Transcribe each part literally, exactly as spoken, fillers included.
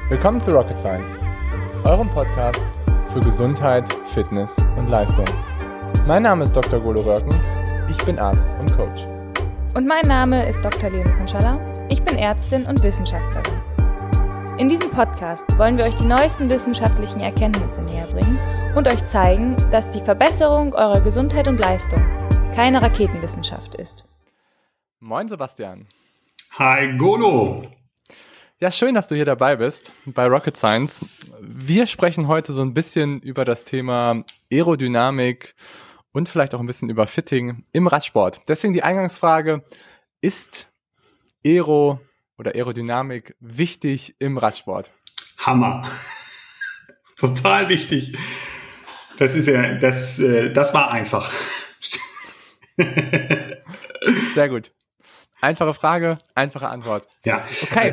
Willkommen zu Rocket Science, eurem Podcast für Gesundheit, Fitness und Leistung. Mein Name ist Doktor Golo Röhrken, ich bin Arzt und Coach. Und mein Name ist Doktor Leonie Konschalla, ich bin Ärztin und Wissenschaftlerin. In diesem Podcast wollen wir euch die neuesten wissenschaftlichen Erkenntnisse näherbringen und euch zeigen, dass die Verbesserung eurer Gesundheit und Leistung keine Raketenwissenschaft ist. Moin Sebastian. Hi Golo. Ja, schön, dass du hier dabei bist bei Rocket Science. Wir sprechen heute so ein bisschen über das Thema Aerodynamik und vielleicht auch ein bisschen über Fitting im Radsport. Deswegen die Eingangsfrage, ist Aero oder Aerodynamik wichtig im Radsport? Hammer. Total wichtig. Das ist ja, das, das war einfach. Sehr gut. Einfache Frage, einfache Antwort. Ja. Okay.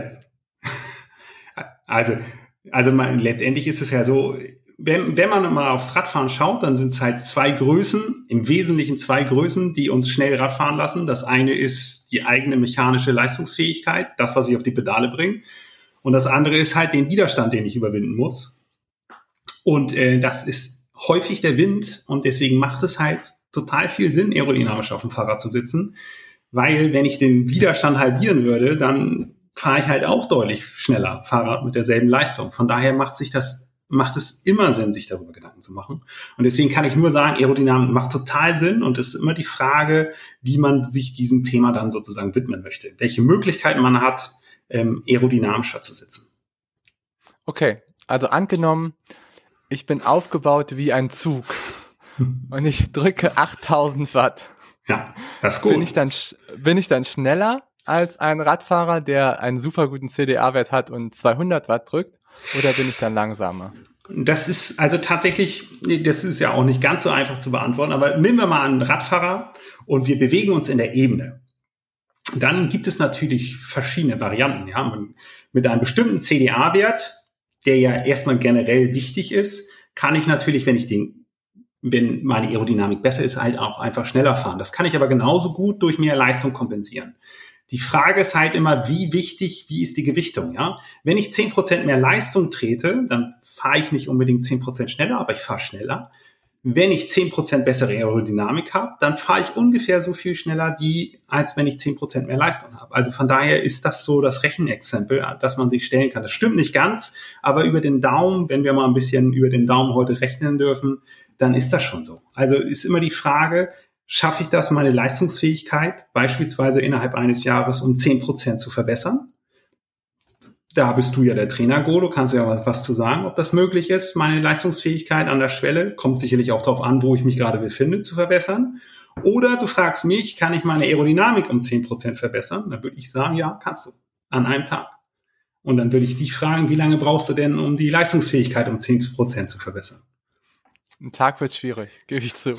Also, also man, letztendlich ist es ja so, wenn, wenn man mal aufs Radfahren schaut, dann sind es halt zwei Größen, im Wesentlichen zwei Größen, die uns schnell Radfahren lassen. Das eine ist die eigene mechanische Leistungsfähigkeit, das, was ich auf die Pedale bringe. Und das andere ist halt den Widerstand, den ich überwinden muss. Und äh, das ist häufig der Wind und deswegen macht es halt total viel Sinn, aerodynamisch auf dem Fahrrad zu sitzen. Weil wenn ich den Widerstand halbieren würde, dann fahre ich halt auch deutlich schneller Fahrrad mit derselben Leistung. Von daher macht sich das, macht es immer Sinn, sich darüber Gedanken zu machen. Und deswegen kann ich nur sagen, Aerodynamik macht total Sinn und es ist immer die Frage, wie man sich diesem Thema dann sozusagen widmen möchte. Welche Möglichkeiten man hat, ähm, aerodynamischer zu sitzen. Okay, also angenommen, ich bin aufgebaut wie ein Zug und ich drücke achttausend Watt. Ja, das ist gut. Bin ich dann, bin ich dann schneller als ein Radfahrer, der einen super guten C D A-Wert hat und zweihundert Watt drückt, oder bin ich dann langsamer? Das ist also tatsächlich, das ist ja auch nicht ganz so einfach zu beantworten, aber nehmen wir mal einen Radfahrer und wir bewegen uns in der Ebene. Dann gibt es natürlich verschiedene Varianten. Ja, man, mit einem bestimmten C D A-Wert, der ja erstmal generell wichtig ist, kann ich natürlich, wenn ich den wenn meine Aerodynamik besser ist, halt auch einfach schneller fahren. Das kann ich aber genauso gut durch mehr Leistung kompensieren. Die Frage ist halt immer, wie wichtig, wie ist die Gewichtung, ja? Wenn ich zehn Prozent mehr Leistung trete, dann fahre ich nicht unbedingt zehn Prozent schneller, aber ich fahre schneller. Wenn ich zehn Prozent bessere Aerodynamik habe, dann fahre ich ungefähr so viel schneller, wie als wenn ich zehn Prozent mehr Leistung habe. Also von daher ist das so das Rechenexempel, das man sich stellen kann. Das stimmt nicht ganz, aber über den Daumen, wenn wir mal ein bisschen über den Daumen heute rechnen dürfen, dann ist das schon so. Also ist immer die Frage, schaffe ich das, meine Leistungsfähigkeit beispielsweise innerhalb eines Jahres um zehn Prozent zu verbessern? Da bist du ja der Trainer, Golo, kannst du ja was, was zu sagen, ob das möglich ist, meine Leistungsfähigkeit an der Schwelle, kommt sicherlich auch darauf an, wo ich mich gerade befinde, zu verbessern. Oder du fragst mich, kann ich meine Aerodynamik um zehn Prozent verbessern? Dann würde ich sagen, ja, kannst du, an einem Tag. Und dann würde ich dich fragen, wie lange brauchst du denn, um die Leistungsfähigkeit um zehn Prozent zu verbessern? Ein Tag wird schwierig, gebe ich zu.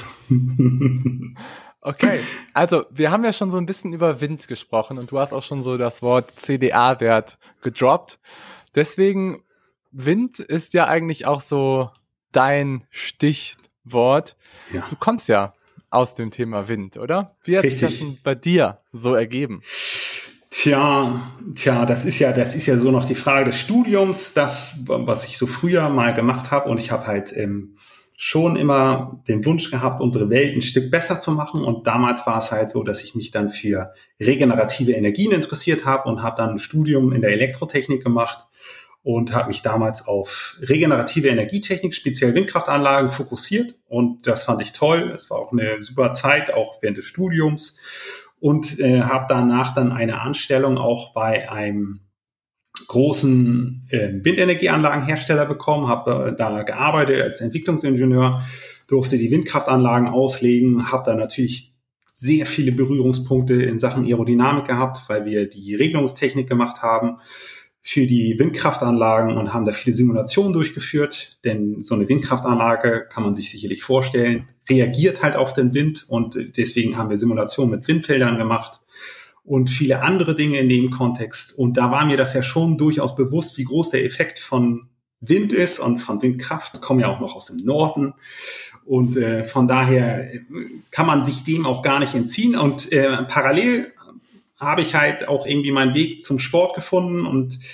Okay, also wir haben ja schon so ein bisschen über Wind gesprochen und du hast auch schon so das Wort C D A-Wert gedroppt. Deswegen, Wind ist ja eigentlich auch so dein Stichwort. Ja. Du kommst ja aus dem Thema Wind, oder? Wie hat sich das denn bei dir so ergeben? Tja, tja, das ist ja, das ist ja so noch die Frage des Studiums, das, was ich so früher mal gemacht habe, und ich habe halt ähm, schon immer den Wunsch gehabt, unsere Welt ein Stück besser zu machen. Und damals war es halt so, dass ich mich dann für regenerative Energien interessiert habe und habe dann ein Studium in der Elektrotechnik gemacht und habe mich damals auf regenerative Energietechnik, speziell Windkraftanlagen, fokussiert. Und das fand ich toll. Es war auch eine super Zeit, auch während des Studiums. Und äh, habe danach dann eine Anstellung auch bei einem großen äh, Windenergieanlagenhersteller bekommen, habe äh, da gearbeitet als Entwicklungsingenieur, durfte die Windkraftanlagen auslegen, habe da natürlich sehr viele Berührungspunkte in Sachen Aerodynamik gehabt, weil wir die Regelungstechnik gemacht haben für die Windkraftanlagen und haben da viele Simulationen durchgeführt, denn so eine Windkraftanlage, kann man sich sicherlich vorstellen, reagiert halt auf den Wind und deswegen haben wir Simulationen mit Windfeldern gemacht und viele andere Dinge in dem Kontext. Und da war mir das ja schon durchaus bewusst, wie groß der Effekt von Wind ist und von Windkraft, kommen ja auch noch aus dem Norden. Und äh, von daher kann man sich dem auch gar nicht entziehen. Und äh, parallel habe ich halt auch irgendwie meinen Weg zum Sport gefunden und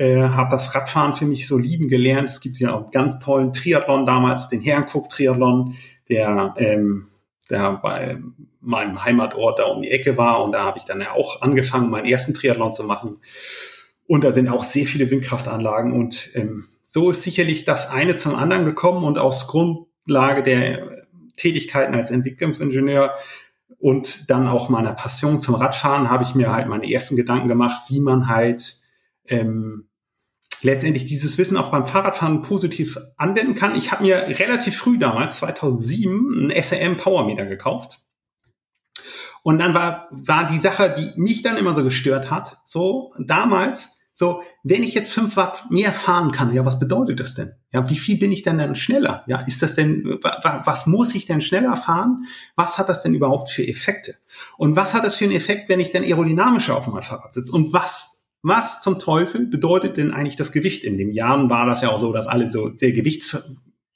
äh, habe das Radfahren für mich so lieben gelernt. Es gibt ja auch einen ganz tollen Triathlon damals, den Herrenkuck-Triathlon, der, ähm, der bei meinem Heimatort da um die Ecke war. Und da habe ich dann ja auch angefangen, meinen ersten Triathlon zu machen. Und da sind auch sehr viele Windkraftanlagen. Und ähm, so ist sicherlich das eine zum anderen gekommen. Und aus Grundlage der Tätigkeiten als Entwicklungsingenieur und dann auch meiner Passion zum Radfahren habe ich mir halt meine ersten Gedanken gemacht, wie man halt ähm, letztendlich dieses Wissen auch beim Fahrradfahren positiv anwenden kann. Ich habe mir relativ früh damals, zweitausendsieben, einen S R M Powermeter gekauft. Und dann war, war die Sache, die mich dann immer so gestört hat, so damals, so, wenn ich jetzt fünf Watt mehr fahren kann, ja, was bedeutet das denn? Ja, wie viel bin ich denn dann schneller? Ja, ist das denn, was muss ich denn schneller fahren? Was hat das denn überhaupt für Effekte? Und was hat das für einen Effekt, wenn ich dann aerodynamischer auf meinem Fahrrad sitze? Und was, was zum Teufel bedeutet denn eigentlich das Gewicht? In den Jahren war das ja auch so, dass alle so sehr gewichtsfanatisch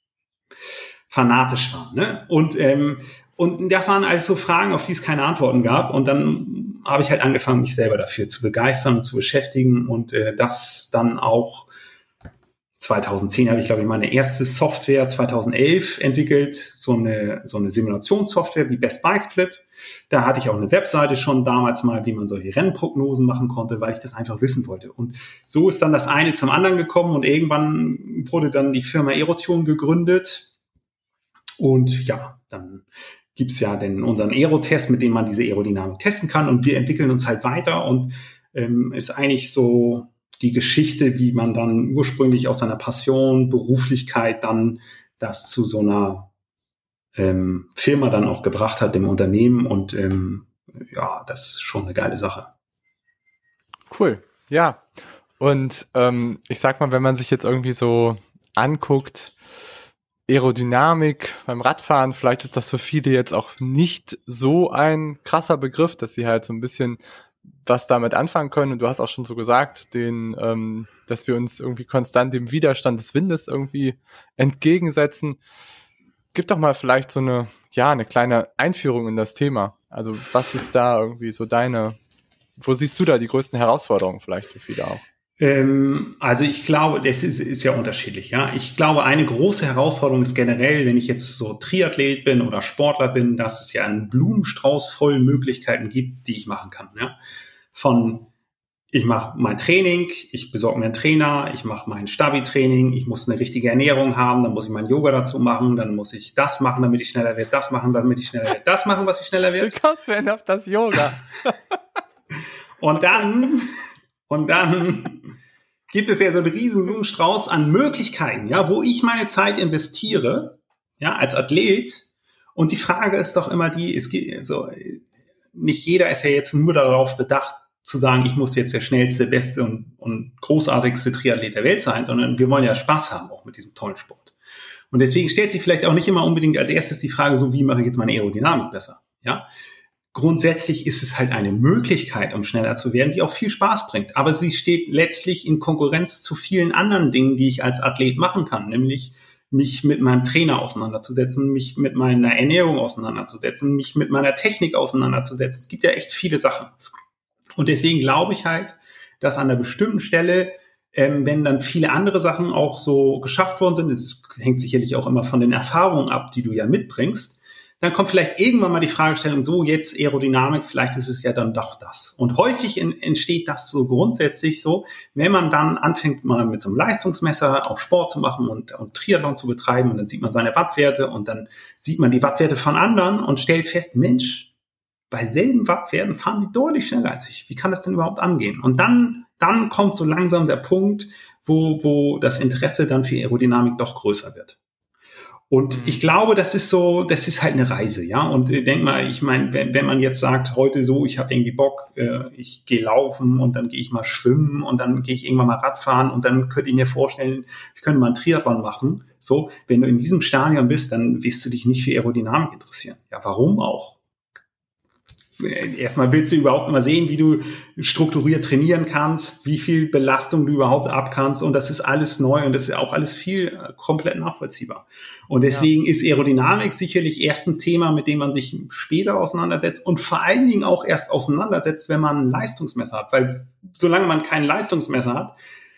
waren, ne? Und, ähm, Und das waren alles so Fragen, auf die es keine Antworten gab. Und dann habe ich halt angefangen, mich selber dafür zu begeistern, zu beschäftigen. Und äh, das dann auch zweitausendzehn habe ich, glaube ich, meine erste Software zweitausendelf entwickelt. So eine, so eine Simulationssoftware wie Best Bike Split. Da hatte ich auch eine Webseite schon damals mal, wie man solche Rennprognosen machen konnte, weil ich das einfach wissen wollte. Und so ist dann das eine zum anderen gekommen. Und irgendwann wurde dann die Firma Aerotune gegründet. Und ja, dann gibt's ja den unseren Aerotest, mit dem man diese Aerodynamik testen kann. Und wir entwickeln uns halt weiter und ähm, ist eigentlich so die Geschichte, wie man dann ursprünglich aus seiner Passion, Beruflichkeit dann das zu so einer ähm, Firma dann auch gebracht hat, dem Unternehmen. Und ähm, ja, das ist schon eine geile Sache. Cool, ja. Und ähm, ich sag mal, wenn man sich jetzt irgendwie so anguckt, Aerodynamik beim Radfahren, vielleicht ist das für viele jetzt auch nicht so ein krasser Begriff, dass sie halt so ein bisschen was damit anfangen können. Und du hast auch schon so gesagt, den, ähm, dass wir uns irgendwie konstant dem Widerstand des Windes irgendwie entgegensetzen. Gib doch mal vielleicht so eine, ja, eine kleine Einführung in das Thema. Also was ist da irgendwie so deine, wo siehst du da die größten Herausforderungen vielleicht für viele auch? Ähm, also ich glaube, das ist, ist ja unterschiedlich, ja. Ich glaube, eine große Herausforderung ist generell, wenn ich jetzt so Triathlet bin oder Sportler bin, dass es ja einen Blumenstrauß voll Möglichkeiten gibt, die ich machen kann, ja. Von, ich mache mein Training, ich besorge mir einen Trainer, ich mache mein Stabi-Training, ich muss eine richtige Ernährung haben, dann muss ich mein Yoga dazu machen, dann muss ich das machen, damit ich schneller werde, das machen, damit ich schneller werde, das machen, was ich schneller werde. Du kommst denn auf das Yoga. Und dann... Und dann gibt es ja so einen riesen Blumenstrauß an Möglichkeiten, ja, wo ich meine Zeit investiere, ja, als Athlet. Und die Frage ist doch immer die, es geht so, nicht jeder ist ja jetzt nur darauf bedacht, zu sagen, ich muss jetzt der schnellste, beste und, und großartigste Triathlet der Welt sein, sondern wir wollen ja Spaß haben auch mit diesem tollen Sport. Und deswegen stellt sich vielleicht auch nicht immer unbedingt als erstes die Frage, so wie mache ich jetzt meine Aerodynamik besser, ja. Grundsätzlich ist es halt eine Möglichkeit, um schneller zu werden, die auch viel Spaß bringt. Aber sie steht letztlich in Konkurrenz zu vielen anderen Dingen, die ich als Athlet machen kann. Nämlich mich mit meinem Trainer auseinanderzusetzen, mich mit meiner Ernährung auseinanderzusetzen, mich mit meiner Technik auseinanderzusetzen. Es gibt ja echt viele Sachen. Und deswegen glaube ich halt, dass an einer bestimmten Stelle, ähm, wenn dann viele andere Sachen auch so geschafft worden sind, es hängt sicherlich auch immer von den Erfahrungen ab, die du ja mitbringst, dann kommt vielleicht irgendwann mal die Fragestellung, so jetzt Aerodynamik, vielleicht ist es ja dann doch das. Und häufig in, entsteht das so grundsätzlich so, wenn man dann anfängt, mal mit so einem Leistungsmesser auch Sport zu machen und, und Triathlon zu betreiben und dann sieht man seine Wattwerte und dann sieht man die Wattwerte von anderen und stellt fest, Mensch, bei selben Wattwerten fahren die deutlich schneller als ich. Wie kann das denn überhaupt angehen? Und dann, dann kommt so langsam der Punkt, wo, wo das Interesse dann für Aerodynamik doch größer wird. Und ich glaube, das ist so, das ist halt eine Reise, ja. Und äh, denk mal, ich meine, wenn, wenn man jetzt sagt, heute so, ich habe irgendwie Bock, äh, ich gehe laufen und dann gehe ich mal schwimmen und dann gehe ich irgendwann mal Radfahren und dann könnt ihr mir vorstellen, ich könnte mal einen Triathlon machen. So, wenn du in diesem Stadion bist, dann wirst du dich nicht für Aerodynamik interessieren. Ja, warum auch? Erstmal willst du überhaupt mal sehen, wie du strukturiert trainieren kannst, wie viel Belastung du überhaupt ab kannst. Und das ist alles neu und das ist auch alles viel äh, komplett nachvollziehbar. Und deswegen ja. ist Aerodynamik sicherlich erst ein Thema, mit dem man sich später auseinandersetzt und vor allen Dingen auch erst auseinandersetzt, wenn man ein Leistungsmesser hat. Weil solange man kein Leistungsmesser hat,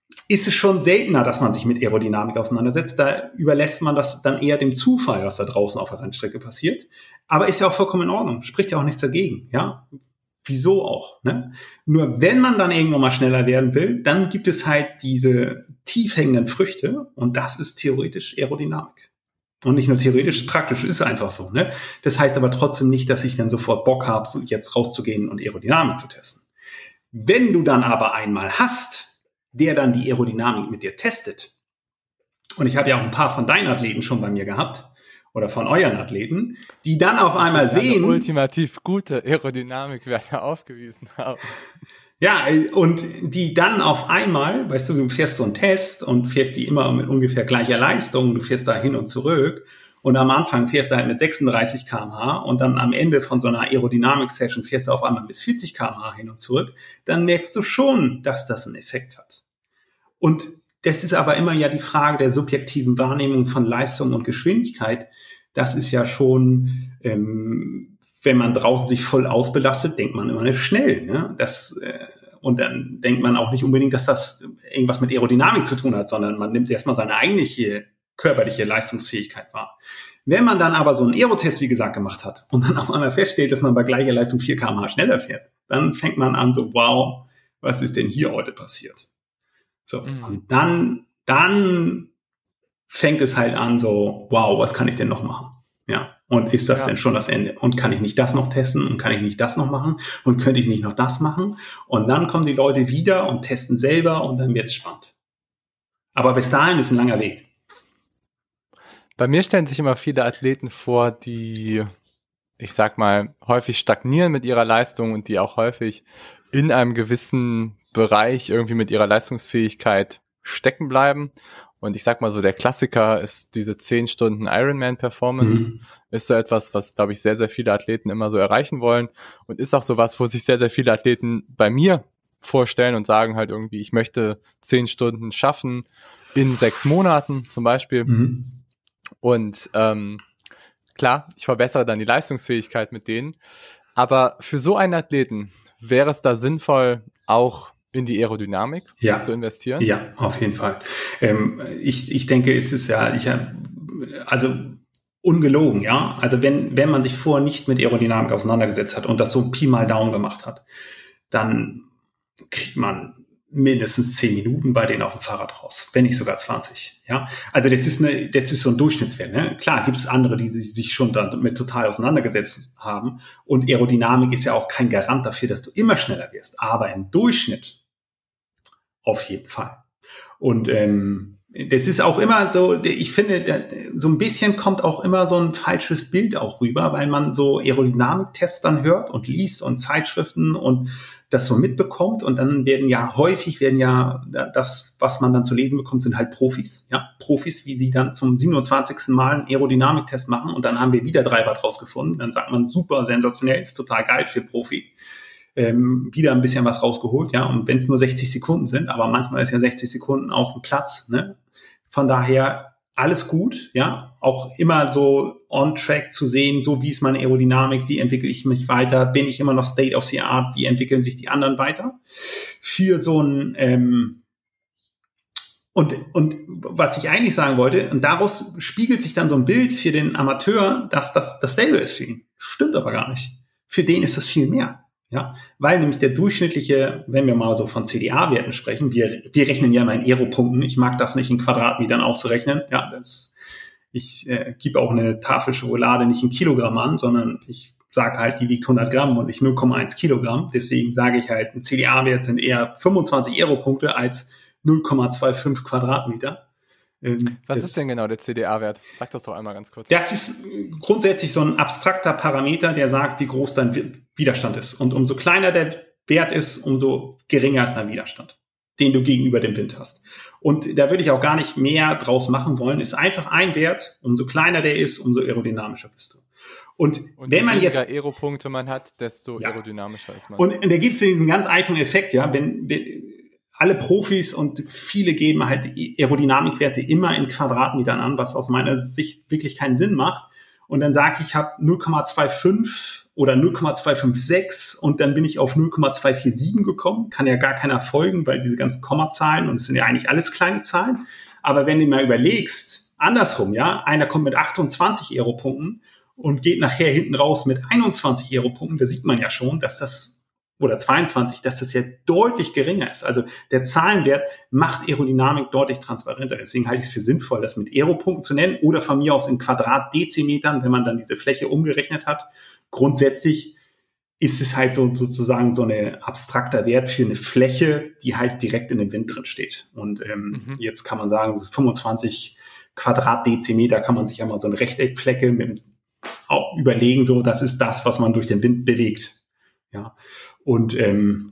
ist es schon seltener, dass man sich mit Aerodynamik auseinandersetzt. Da überlässt man das dann eher dem Zufall, was da draußen auf der Rennstrecke passiert. Aber ist ja auch vollkommen in Ordnung. Spricht ja auch nichts dagegen, ja. Wieso auch, ne? Nur wenn man dann irgendwann mal schneller werden will, dann gibt es halt diese tief hängenden Früchte und das ist theoretisch Aerodynamik. Und nicht nur theoretisch, praktisch ist einfach so, ne? Das heißt aber trotzdem nicht, dass ich dann sofort Bock habe, so jetzt rauszugehen und Aerodynamik zu testen. Wenn du dann aber einmal hast, der dann die Aerodynamik mit dir testet, und ich habe ja auch ein paar von deinen Athleten schon bei mir gehabt, oder von euren Athleten, die dann auf einmal sehen... Eine ultimativ gute Aerodynamikwerte aufgewiesen haben. Ja, und die dann auf einmal, weißt du, du fährst so einen Test und fährst die immer mit ungefähr gleicher Leistung, du fährst da hin und zurück und am Anfang fährst du halt mit sechsunddreißig Kilometer pro Stunde und dann am Ende von so einer Aerodynamik-Session fährst du auf einmal mit vierzig Kilometer pro Stunde hin und zurück, dann merkst du schon, dass das einen Effekt hat. Und das ist aber immer ja die Frage der subjektiven Wahrnehmung von Leistung und Geschwindigkeit. Das ist ja schon, ähm, wenn man draußen sich voll ausbelastet, denkt man immer nicht schnell. Ne? Das, äh, und dann denkt man auch nicht unbedingt, dass das irgendwas mit Aerodynamik zu tun hat, sondern man nimmt erstmal seine eigentliche körperliche Leistungsfähigkeit wahr. Wenn man dann aber so einen Aerotest, wie gesagt, gemacht hat und dann auf einmal feststellt, dass man bei gleicher Leistung vier Kilometer pro Stunde schneller fährt, dann fängt man an so, wow, was ist denn hier heute passiert? So, mhm. Und dann, dann fängt es halt an so, wow, was kann ich denn noch machen? Ja, und ist das ja. denn schon das Ende? Und kann ich nicht das noch testen? Und kann ich nicht das noch machen? Und könnte ich nicht noch das machen? Und dann kommen die Leute wieder und testen selber und dann wird's spannend. Aber bis dahin ist ein langer Weg. Bei mir stellen sich immer viele Athleten vor, die, ich sag mal, häufig stagnieren mit ihrer Leistung und die auch häufig in einem gewissen Bereich irgendwie mit ihrer Leistungsfähigkeit stecken bleiben. Und ich sag mal so, der Klassiker ist diese zehn Stunden Ironman-Performance. Mhm. Ist so etwas, was, glaube ich, sehr, sehr viele Athleten immer so erreichen wollen. Und ist auch so was, wo sich sehr, sehr viele Athleten bei mir vorstellen und sagen halt irgendwie, ich möchte zehn Stunden schaffen in sechs Monaten zum Beispiel. Mhm. Und ähm, klar, ich verbessere dann die Leistungsfähigkeit mit denen. Aber für so einen Athleten wäre es da sinnvoll, auch in die Aerodynamik ja. zu investieren? Ja, auf jeden Fall. Ähm, ich, ich denke, es ist ja, ich hab, also ungelogen, ja. Also wenn, wenn man sich vorher nicht mit Aerodynamik auseinandergesetzt hat und das so Pi mal Daumen gemacht hat, dann kriegt man mindestens zehn Minuten bei denen auf dem Fahrrad raus, wenn nicht sogar zwanzig. Ja, also das ist eine, das ist so ein Durchschnittswert. Ne? Klar gibt es andere, die sich schon damit total auseinandergesetzt haben. Und Aerodynamik ist ja auch kein Garant dafür, dass du immer schneller wirst. Aber im Durchschnitt auf jeden Fall. Und ähm, das ist auch immer so, ich finde, so ein bisschen kommt auch immer so ein falsches Bild auch rüber, weil man so Aerodynamiktests dann hört und liest und Zeitschriften und das so mitbekommt und dann werden ja häufig werden ja das, was man dann zu lesen bekommt, sind halt Profis, ja, Profis, wie sie dann zum siebenundzwanzigsten Mal einen Aerodynamiktest machen und dann haben wir wieder drei Watt rausgefunden, dann sagt man super sensationell, ist total geil für Profi, ähm, wieder ein bisschen was rausgeholt, ja, und wenn es nur sechzig Sekunden sind, aber manchmal ist ja sechzig Sekunden auch ein Platz, ne, von daher alles gut, ja, auch immer so on track zu sehen, so wie ist meine Aerodynamik, wie entwickle ich mich weiter, bin ich immer noch State of the Art, wie entwickeln sich die anderen weiter für so ein ähm, und und was ich eigentlich sagen wollte, und daraus spiegelt sich dann so ein Bild für den Amateur, dass das dasselbe ist für ihn. Stimmt aber gar nicht. Für den ist das viel mehr. Ja, weil nämlich der durchschnittliche, wenn wir mal so von C D A-Werten sprechen, wir, wir rechnen ja mal in Aeropunkten. Ich mag das nicht in Quadratmetern auszurechnen. Ja, das, ich äh, gebe auch eine Tafel Schokolade nicht in Kilogramm an, sondern ich sage halt, die wiegt hundert Gramm und nicht null Komma eins Kilogramm. Deswegen sage ich halt, ein C D A-Wert sind eher fünfundzwanzig Aeropunkte als null Komma fünfundzwanzig Quadratmeter. Ähm, Was ist denn genau der C D A-Wert? Sag das doch einmal ganz kurz. Das ist grundsätzlich so ein abstrakter Parameter, der sagt, wie groß dein Widerstand ist. Und umso kleiner der Wert ist, umso geringer ist dein Widerstand, den du gegenüber dem Wind hast. Und da würde ich auch gar nicht mehr draus machen wollen. Ist einfach ein Wert, umso kleiner der ist, umso aerodynamischer bist du. Und, und wenn man jetzt Aeropunkte man hat, desto ja. aerodynamischer ist man. Und, und da gibt es diesen ganz einfachen Effekt, ja, wenn, wenn alle Profis und viele geben halt Aerodynamikwerte immer in Quadratmetern an, was aus meiner Sicht wirklich keinen Sinn macht. Und dann sage ich, ich habe null Komma fünfundzwanzig oder null Komma zwei fünf sechs und dann bin ich auf null Komma zwei vier sieben gekommen. Kann ja gar keiner folgen, weil diese ganzen Kommazahlen, und es sind ja eigentlich alles kleine Zahlen. Aber wenn du mal überlegst, andersrum, ja, einer kommt mit achtundzwanzig Aeropunkten und geht nachher hinten raus mit einundzwanzig Aeropunkten, da sieht man ja schon, dass das, oder zweiundzwanzig, dass das ja deutlich geringer ist. Also der Zahlenwert macht Aerodynamik deutlich transparenter. Deswegen halte ich es für sinnvoll, das mit Aeropunkten zu nennen oder von mir aus in Quadratdezimetern, wenn man dann diese Fläche umgerechnet hat. Grundsätzlich ist es halt so sozusagen so ein abstrakter Wert für eine Fläche, die halt direkt in dem Wind drin steht. Und ähm, mhm. jetzt kann man sagen, so fünfundzwanzig Quadratdezimeter kann man sich ja mal so eine Rechteckfläche mit, auch überlegen, so das ist das, was man durch den Wind bewegt. Ja. Und ähm,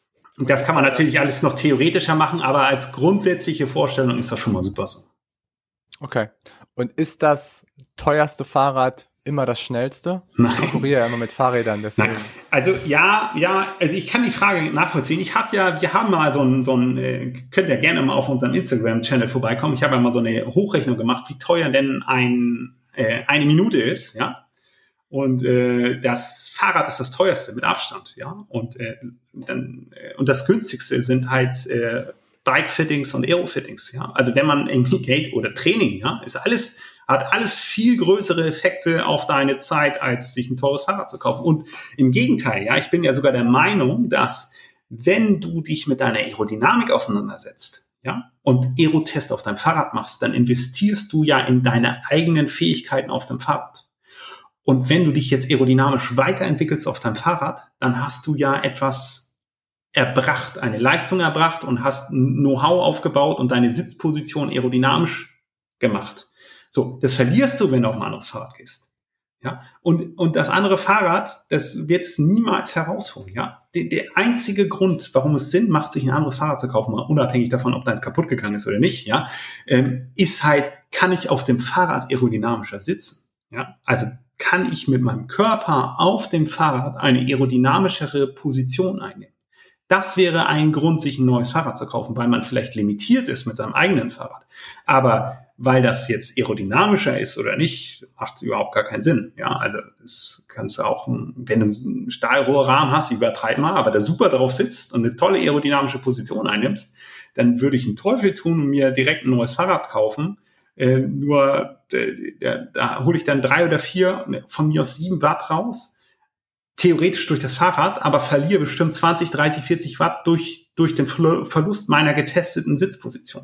das kann man natürlich alles noch theoretischer machen, aber als grundsätzliche Vorstellung ist das schon mal super so. Okay. Und ist das teuerste Fahrrad immer das schnellste? Nein. Ich konkurriere ja immer mit Fahrrädern, deswegen. Nein. Also ja, ja, also ich kann die Frage nachvollziehen. Ich habe ja, wir haben mal so ein, so ein, äh, könnt ihr gerne mal auf unserem Instagram-Channel vorbeikommen. Ich habe ja mal so eine Hochrechnung gemacht, wie teuer denn ein äh, eine Minute ist, ja. Und äh, das Fahrrad ist das teuerste mit Abstand, ja. Und äh, dann äh, und das günstigste sind halt äh, Bike-Fittings und Aero-Fittings, ja. Also wenn man irgendwie Geld oder Training, ja, ist alles hat alles viel größere Effekte auf deine Zeit, als sich ein teures Fahrrad zu kaufen. Und im Gegenteil, ja, ich bin ja sogar der Meinung, dass wenn du dich mit deiner Aerodynamik auseinandersetzt, ja, und Aerotest auf deinem Fahrrad machst, dann investierst du ja in deine eigenen Fähigkeiten auf dem Fahrrad. Und wenn du dich jetzt aerodynamisch weiterentwickelst auf deinem Fahrrad, dann hast du ja etwas erbracht, eine Leistung erbracht und hast ein Know-how aufgebaut und deine Sitzposition aerodynamisch gemacht. So, das verlierst du, wenn du auf ein anderes Fahrrad gehst. Ja, und, und das andere Fahrrad, das wird es niemals herausholen, ja. Der, der einzige Grund, warum es Sinn macht, sich ein anderes Fahrrad zu kaufen, unabhängig davon, ob deins kaputt gegangen ist oder nicht, ja, ähm, ist halt, kann ich auf dem Fahrrad aerodynamischer sitzen, ja. Also, kann ich mit meinem Körper auf dem Fahrrad eine aerodynamischere Position einnehmen. Das wäre ein Grund, sich ein neues Fahrrad zu kaufen, weil man vielleicht limitiert ist mit seinem eigenen Fahrrad. Aber weil das jetzt aerodynamischer ist oder nicht, macht überhaupt gar keinen Sinn. Ja, also das kannst du auch, wenn du einen Stahlrohrrahmen hast, übertreib mal, aber der super drauf sitzt und eine tolle aerodynamische Position einnimmst, dann würde ich einen Teufel tun und mir direkt ein neues Fahrrad kaufen. Äh, nur äh, da, da hole ich dann drei oder vier, von mir aus sieben Watt raus, theoretisch durch das Fahrrad, aber verliere bestimmt zwanzig, dreißig, vierzig Watt durch, durch den Verlust meiner getesteten Sitzposition.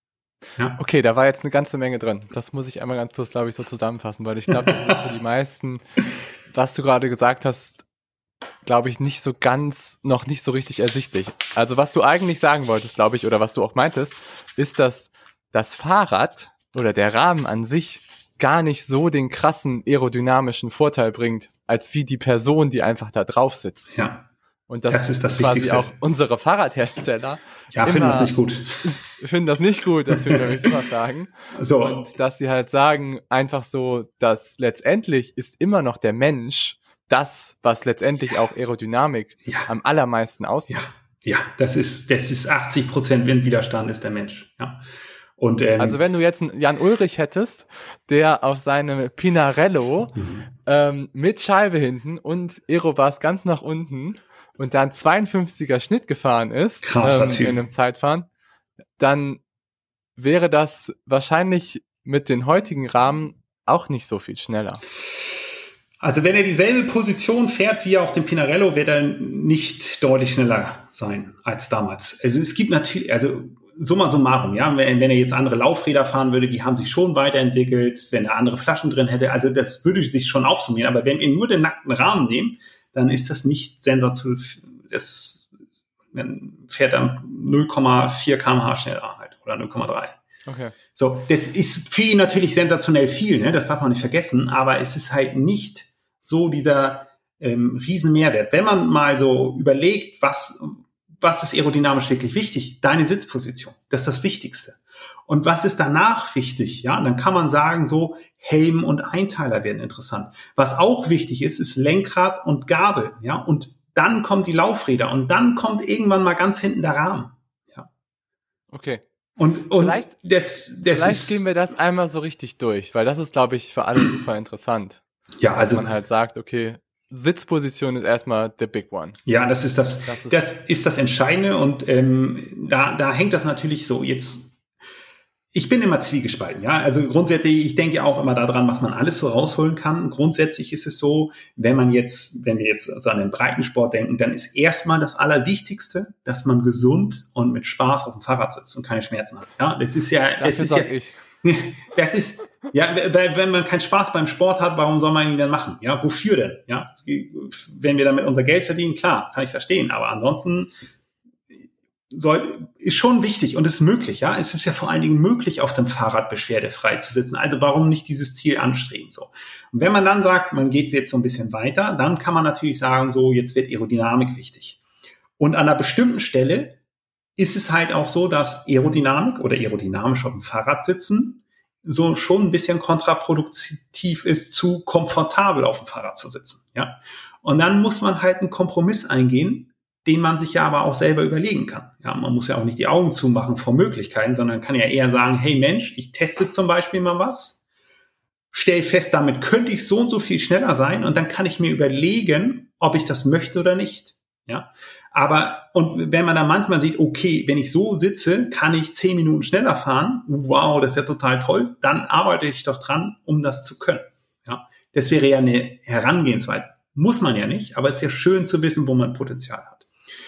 Ja. Okay, da war jetzt eine ganze Menge drin. Das muss ich einmal ganz kurz, glaube ich, so zusammenfassen, weil ich glaube, das ist für die meisten, was du gerade gesagt hast, glaube ich, nicht so ganz, noch nicht so richtig ersichtlich. Also was du eigentlich sagen wolltest, glaube ich, oder was du auch meintest, ist, dass das Fahrrad oder der Rahmen an sich gar nicht so den krassen aerodynamischen Vorteil bringt, als wie die Person, die einfach da drauf sitzt. Ja. Und das, das ist das quasi Wichtigste. Auch unsere Fahrradhersteller ja, finden das nicht gut. Finden das nicht gut, dass wir nämlich sowas sagen. So. Und dass sie halt sagen, einfach so, dass letztendlich ist immer noch der Mensch das, was letztendlich auch Aerodynamik ja. am allermeisten ausmacht. Ja, ja, das ist, das ist achtzig Prozent Windwiderstand ist der Mensch. Ja. Und, ähm, also wenn du jetzt einen Jan Ulrich hättest, der auf seinem Pinarello mhm. ähm, mit Scheibe hinten und Aerobars ganz nach unten und dann zweiundfünfziger Schnitt gefahren ist ähm, in einem Zeitfahren, dann wäre das wahrscheinlich mit den heutigen Rahmen auch nicht so viel schneller. Also wenn er dieselbe Position fährt wie auf dem Pinarello, wird er nicht deutlich schneller sein als damals. Also es gibt natürlich, also summa summarum, ja, wenn, wenn er jetzt andere Laufräder fahren würde, die haben sich schon weiterentwickelt, wenn er andere Flaschen drin hätte, also das würde sich schon aufsummieren, aber wenn wir nur den nackten Rahmen nehmen, dann ist das nicht sensationell, das dann fährt er null Komma vier Kilometer pro Stunde schneller halt, oder null Komma drei. Okay. So, das ist für ihn natürlich sensationell viel, ne? Das darf man nicht vergessen, aber es ist halt nicht so dieser ähm, riesen Mehrwert. Wenn man mal so überlegt, was was ist aerodynamisch wirklich wichtig? Deine Sitzposition, das ist das Wichtigste. Und was ist danach wichtig? Ja, dann kann man sagen, so Helm und Einteiler werden interessant. Was auch wichtig ist, ist Lenkrad und Gabel. Ja, und dann kommen die Laufräder und dann kommt irgendwann mal ganz hinten der Rahmen. Ja. Okay. Und, und vielleicht, das, das vielleicht ist, gehen wir das einmal so richtig durch, weil das ist, glaube ich, für alle super interessant. Ja, also dass man halt sagt, okay, Sitzposition ist erstmal der Big One. Ja, das ist das, das ist das, ist das Entscheidende und ähm, da, da hängt das natürlich so jetzt. Ich bin immer zwiegespalten, ja. Also grundsätzlich, ich denke auch immer daran, was man alles so rausholen kann. Grundsätzlich ist es so, wenn man jetzt, wenn wir jetzt so an den Breitensport denken, dann ist erstmal das Allerwichtigste, dass man gesund und mit Spaß auf dem Fahrrad sitzt und keine Schmerzen hat. Ja, das ist ja, das, das ist ja, ich. Das ist, ja, wenn man keinen Spaß beim Sport hat, warum soll man ihn denn machen? Ja, wofür denn? Ja, wenn wir damit unser Geld verdienen, klar, kann ich verstehen. Aber ansonsten soll, ist schon wichtig und ist möglich. Ja, es ist ja vor allen Dingen möglich, auf dem Fahrrad beschwerdefrei zu sitzen. Also warum nicht dieses Ziel anstreben? So. Und wenn man dann sagt, man geht jetzt so ein bisschen weiter, dann kann man natürlich sagen, so, jetzt wird Aerodynamik wichtig. Und an einer bestimmten Stelle ist es halt auch so, dass Aerodynamik oder aerodynamisch auf dem Fahrrad sitzen so schon ein bisschen kontraproduktiv ist, zu komfortabel auf dem Fahrrad zu sitzen. Ja? Und dann muss man halt einen Kompromiss eingehen, den man sich ja aber auch selber überlegen kann. Ja, man muss ja auch nicht die Augen zumachen vor Möglichkeiten, sondern kann ja eher sagen, hey Mensch, ich teste zum Beispiel mal was, stell fest, damit könnte ich so und so viel schneller sein und dann kann ich mir überlegen, ob ich das möchte oder nicht. Ja, aber und wenn man dann manchmal sieht, okay, wenn ich so sitze, kann ich zehn Minuten schneller fahren. Wow, das ist ja total toll. Dann arbeite ich doch dran, um das zu können. Ja, das wäre ja eine Herangehensweise. Muss man ja nicht, aber es ist ja schön zu wissen, wo man Potenzial hat.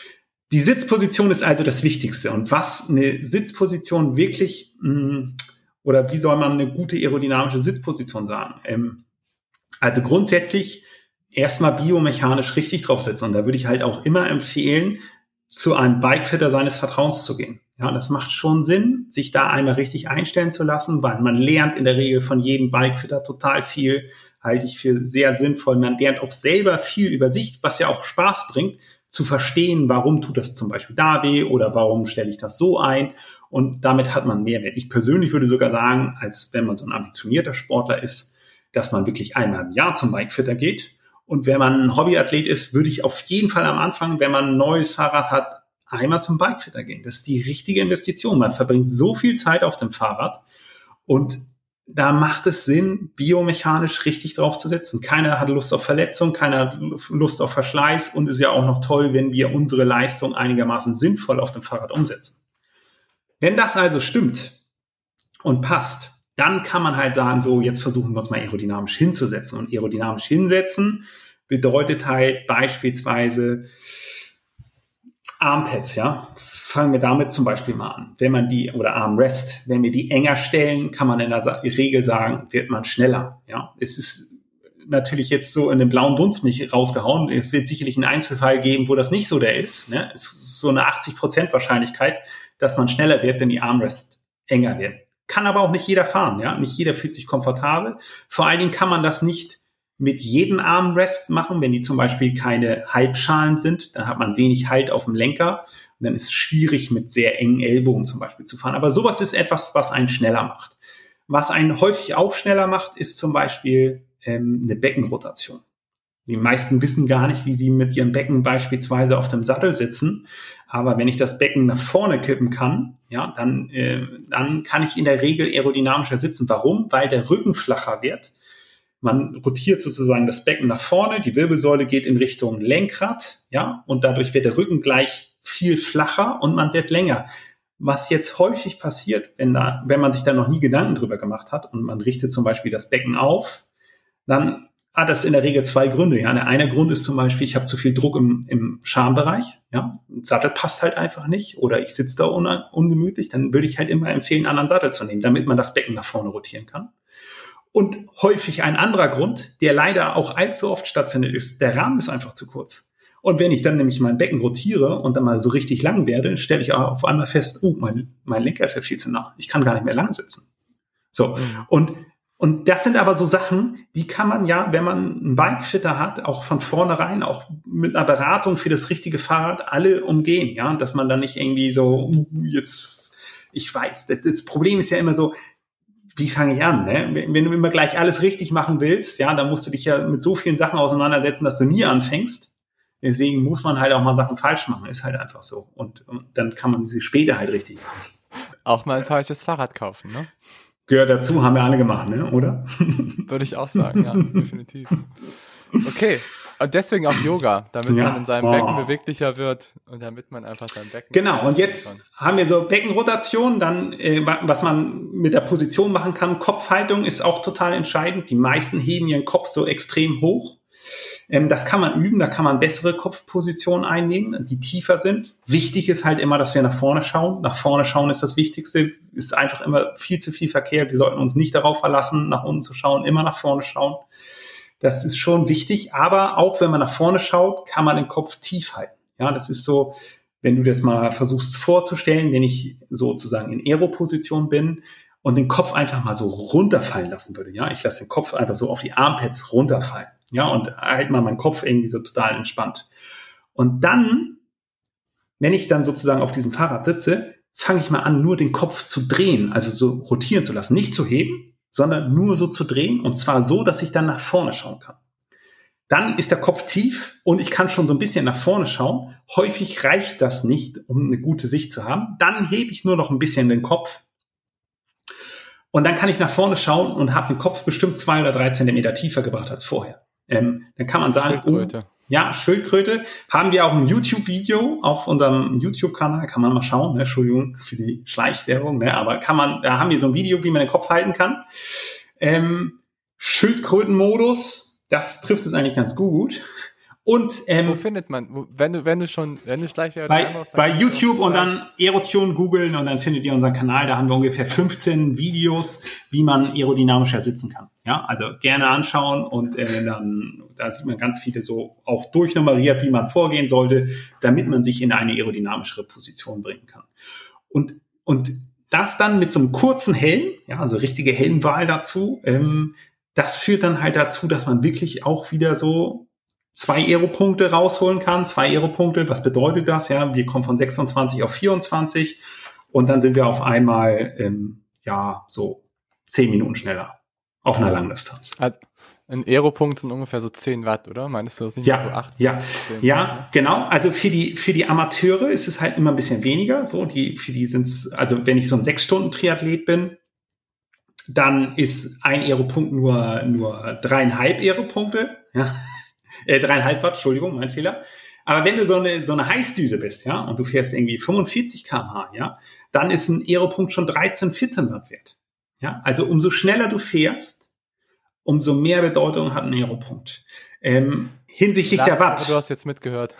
Die Sitzposition ist also das Wichtigste. Und was eine Sitzposition wirklich, mh, oder wie soll man eine gute aerodynamische Sitzposition sagen? Ähm, also grundsätzlich erstmal biomechanisch richtig draufsetzen. Und da würde ich halt auch immer empfehlen, zu einem Bikefitter seines Vertrauens zu gehen. Ja, das macht schon Sinn, sich da einmal richtig einstellen zu lassen, weil man lernt in der Regel von jedem Bikefitter total viel, halte ich für sehr sinnvoll. Man lernt auch selber viel über sich, was ja auch Spaß bringt, zu verstehen, warum tut das zum Beispiel da weh oder warum stelle ich das so ein. Und damit hat man Mehrwert. Ich persönlich würde sogar sagen, als wenn man so ein ambitionierter Sportler ist, dass man wirklich einmal im Jahr zum Bikefitter geht. Und wenn man ein Hobbyathlet ist, würde ich auf jeden Fall am Anfang, wenn man ein neues Fahrrad hat, einmal zum Bikefitter gehen. Das ist die richtige Investition. Man verbringt so viel Zeit auf dem Fahrrad und da macht es Sinn, biomechanisch richtig drauf zu setzen. Keiner hat Lust auf Verletzung, keiner hat Lust auf Verschleiß und es ist ja auch noch toll, wenn wir unsere Leistung einigermaßen sinnvoll auf dem Fahrrad umsetzen. Wenn das also stimmt und passt, dann kann man halt sagen, so, jetzt versuchen wir uns mal aerodynamisch hinzusetzen. Und aerodynamisch hinsetzen bedeutet halt beispielsweise Armpads, ja. Fangen wir damit zum Beispiel mal an. Wenn man die, oder Armrest, wenn wir die enger stellen, kann man in der Regel sagen, wird man schneller, ja. Es ist natürlich jetzt so in den blauen Dunst nicht rausgehauen. Es wird sicherlich einen Einzelfall geben, wo das nicht so der ist, ne. Es ist so eine achtzig Prozent Wahrscheinlichkeit, dass man schneller wird, wenn die Armrest enger werden. Kann aber auch nicht jeder fahren, ja. Nicht jeder fühlt sich komfortabel. Vor allen Dingen kann man das nicht mit jedem Armrest machen, wenn die zum Beispiel keine Halbschalen sind, dann hat man wenig Halt auf dem Lenker und dann ist es schwierig, mit sehr engen Ellbogen zum Beispiel zu fahren. Aber sowas ist etwas, was einen schneller macht. Was einen häufig auch schneller macht, ist zum Beispiel ähm, eine Beckenrotation. Die meisten wissen gar nicht, wie sie mit ihrem Becken beispielsweise auf dem Sattel sitzen. Aber wenn ich das Becken nach vorne kippen kann, ja, dann, äh, dann kann ich in der Regel aerodynamischer sitzen. Warum? Weil der Rücken flacher wird. Man rotiert sozusagen das Becken nach vorne, die Wirbelsäule geht in Richtung Lenkrad, ja, und dadurch wird der Rücken gleich viel flacher und man wird länger. Was jetzt häufig passiert, wenn da, wenn man sich da noch nie Gedanken drüber gemacht hat und man richtet zum Beispiel das Becken auf, dann hat das in der Regel zwei Gründe. Ja, der eine Grund ist zum Beispiel, ich habe zu viel Druck im, im Schambereich, ja, ein Sattel passt halt einfach nicht oder ich sitze da un, ungemütlich, dann würde ich halt immer empfehlen, einen anderen Sattel zu nehmen, damit man das Becken nach vorne rotieren kann. Und häufig ein anderer Grund, der leider auch allzu oft stattfindet, ist, der Rahmen ist einfach zu kurz. Und wenn ich dann nämlich mein Becken rotiere und dann mal so richtig lang werde, stelle ich auf einmal fest, oh, mein, mein Lenker ist ja viel zu nah. Ich kann gar nicht mehr lang sitzen. So. Mhm. Und, und das sind aber so Sachen, die kann man ja, wenn man einen Bikefitter hat, auch von vornherein, auch mit einer Beratung für das richtige Fahrrad, alle umgehen, ja. Dass man dann nicht irgendwie so, uh, jetzt, ich weiß, das, das Problem ist ja immer so, wie fange ich an? Ne? Wenn du immer gleich alles richtig machen willst, ja, dann musst du dich ja mit so vielen Sachen auseinandersetzen, dass du nie anfängst. Deswegen muss man halt auch mal Sachen falsch machen. Ist halt einfach so. Und, und dann kann man sie später halt richtig machen. Auch mal ein falsches Fahrrad kaufen, ne? Gehört dazu, haben wir alle gemacht, ne? Oder? Würde ich auch sagen, ja, definitiv. Okay, Und deswegen auch Yoga, damit ja. man in seinem oh. Becken beweglicher wird und damit man einfach sein Becken... Genau, und jetzt kann. haben wir so Beckenrotation, dann äh, was man mit der Position machen kann. Kopfhaltung ist auch total entscheidend. Die meisten heben ihren Kopf so extrem hoch. Ähm, das kann man üben, da kann man bessere Kopfpositionen einnehmen, die tiefer sind. Wichtig ist halt immer, dass wir nach vorne schauen. Nach vorne schauen ist das Wichtigste. Ist einfach immer viel zu viel Verkehr. Wir sollten uns nicht darauf verlassen, nach unten zu schauen, immer nach vorne schauen. Das ist schon wichtig. Aber auch wenn man nach vorne schaut, kann man den Kopf tief halten. Ja, das ist so, wenn du das mal versuchst vorzustellen, wenn ich sozusagen in Aero-Position bin und den Kopf einfach mal so runterfallen lassen würde. Ja, ich lasse den Kopf einfach so auf die Armpads runterfallen. Ja, und halt mal meinen Kopf irgendwie so total entspannt. Und dann, wenn ich dann sozusagen auf diesem Fahrrad sitze, fange ich mal an, nur den Kopf zu drehen, also so rotieren zu lassen. Nicht zu heben, sondern nur so zu drehen. Und zwar so, dass ich dann nach vorne schauen kann. Dann ist der Kopf tief und ich kann schon so ein bisschen nach vorne schauen. Häufig reicht das nicht, um eine gute Sicht zu haben. Dann hebe ich nur noch ein bisschen den Kopf. Und dann kann ich nach vorne schauen und habe den Kopf bestimmt zwei oder drei Zentimeter tiefer gebracht als vorher. Ähm, dann kann man sagen, Schildkröte. Oh, ja, Schildkröte. Haben wir auch ein YouTube-Video auf unserem YouTube-Kanal, kann man mal schauen, ne? Entschuldigung für die Schleichwerbung, ne? Aber kann man, da haben wir so ein Video, wie man den Kopf halten kann. Ähm, Schildkrötenmodus, das trifft es eigentlich ganz gut. Und, ähm, wo findet man, wo, wenn du, wenn du schon, wenn du Schleichwerbung bei, machst, bei YouTube und dann Aerotune googeln und dann findet ihr unseren Kanal. Da haben wir ungefähr fünfzehn Videos, wie man aerodynamischer sitzen kann. Ja, also gerne anschauen und äh, dann, da sieht man ganz viele so auch durchnummeriert, wie man vorgehen sollte, damit man sich in eine aerodynamischere Position bringen kann. Und, und das dann mit so einem kurzen Helm, ja, also richtige Helmwahl dazu, ähm, das führt dann halt dazu, dass man wirklich auch wieder so zwei Aero-Punkte rausholen kann. Zwei Aero-Punkte, was bedeutet das? Ja, wir kommen von sechsundzwanzig auf vierundzwanzig und dann sind wir auf einmal, ähm, ja, so zehn Minuten schneller auf einer Langdistanz. Also ein Aero-Punkt sind ungefähr so zehn Watt, oder? Meinst du das nicht ja, mehr so acht ja, bis zehn ja, Watt, ne? Genau. Also für die, für die Amateure ist es halt immer ein bisschen weniger. So, die, für die sind's, also wenn ich so ein sechs Stunden Triathlet bin, dann ist ein Aero-Punkt nur, nur dreieinhalb Aero-Punkte, ja. Äh, dreieinhalb Watt, Entschuldigung, mein Fehler. Aber wenn du so eine, so eine Heißdüse bist, ja, und du fährst irgendwie fünfundvierzig Kilometer pro Stunde, ja, dann ist ein Aeropunkt schon dreizehn, vierzehn Watt wert. Ja, also umso schneller du fährst, umso mehr Bedeutung hat ein Aeropunkt. Ähm, hinsichtlich Lars, der Watt. Du hast jetzt mitgehört.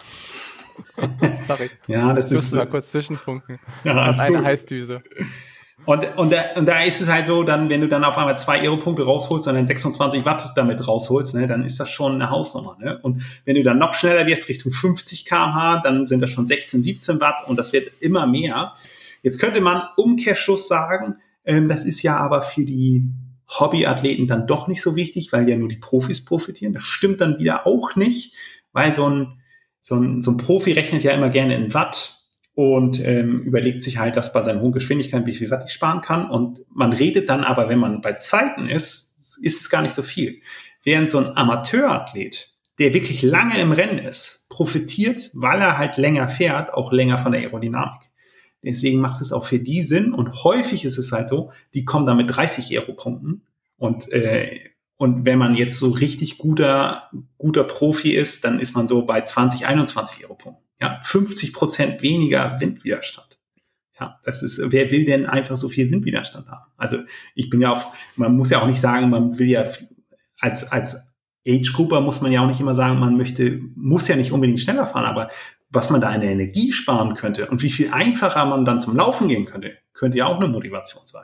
Sorry. Ja, das ich ist. Ich mal kurz zwischenfunken. Ja, ich habe eine Heißdüse. Und, und, da, und da ist es halt so, dann, wenn du dann auf einmal zwei Aeropunkte rausholst und dann sechsundzwanzig Watt damit rausholst, ne, dann ist das schon eine Hausnummer. Ne? Und wenn du dann noch schneller wirst, Richtung fünfzig Kilometer pro Stunde, dann sind das schon sechzehn, siebzehn Watt und das wird immer mehr. Jetzt könnte man Umkehrschluss sagen, ähm, das ist ja aber für die Hobbyathleten dann doch nicht so wichtig, weil ja nur die Profis profitieren. Das stimmt dann wieder auch nicht, weil so ein, so ein, so ein Profi rechnet ja immer gerne in Watt. Und ähm, überlegt sich halt, dass bei seinen hohen Geschwindigkeiten, wie viel Watt ich sparen kann. Und man redet dann aber, wenn man bei Zeiten ist, ist es gar nicht so viel. Während so ein Amateurathlet, der wirklich lange im Rennen ist, profitiert, weil er halt länger fährt, auch länger von der Aerodynamik. Deswegen macht es auch für die Sinn. Und häufig ist es halt so, die kommen da mit dreißig Aeropunkten. Und, äh, und wenn man jetzt so richtig guter, guter Profi ist, dann ist man so bei zwanzig, einundzwanzig Aeropunkten. Ja, fünfzig Prozent weniger Windwiderstand. Ja, das ist, wer will denn einfach so viel Windwiderstand haben? Also, ich bin ja auch, man muss ja auch nicht sagen, man will ja, als, als Age-Grouper muss man ja auch nicht immer sagen, man möchte, muss ja nicht unbedingt schneller fahren, aber was man da an Energie sparen könnte und wie viel einfacher man dann zum Laufen gehen könnte, könnte ja auch eine Motivation sein.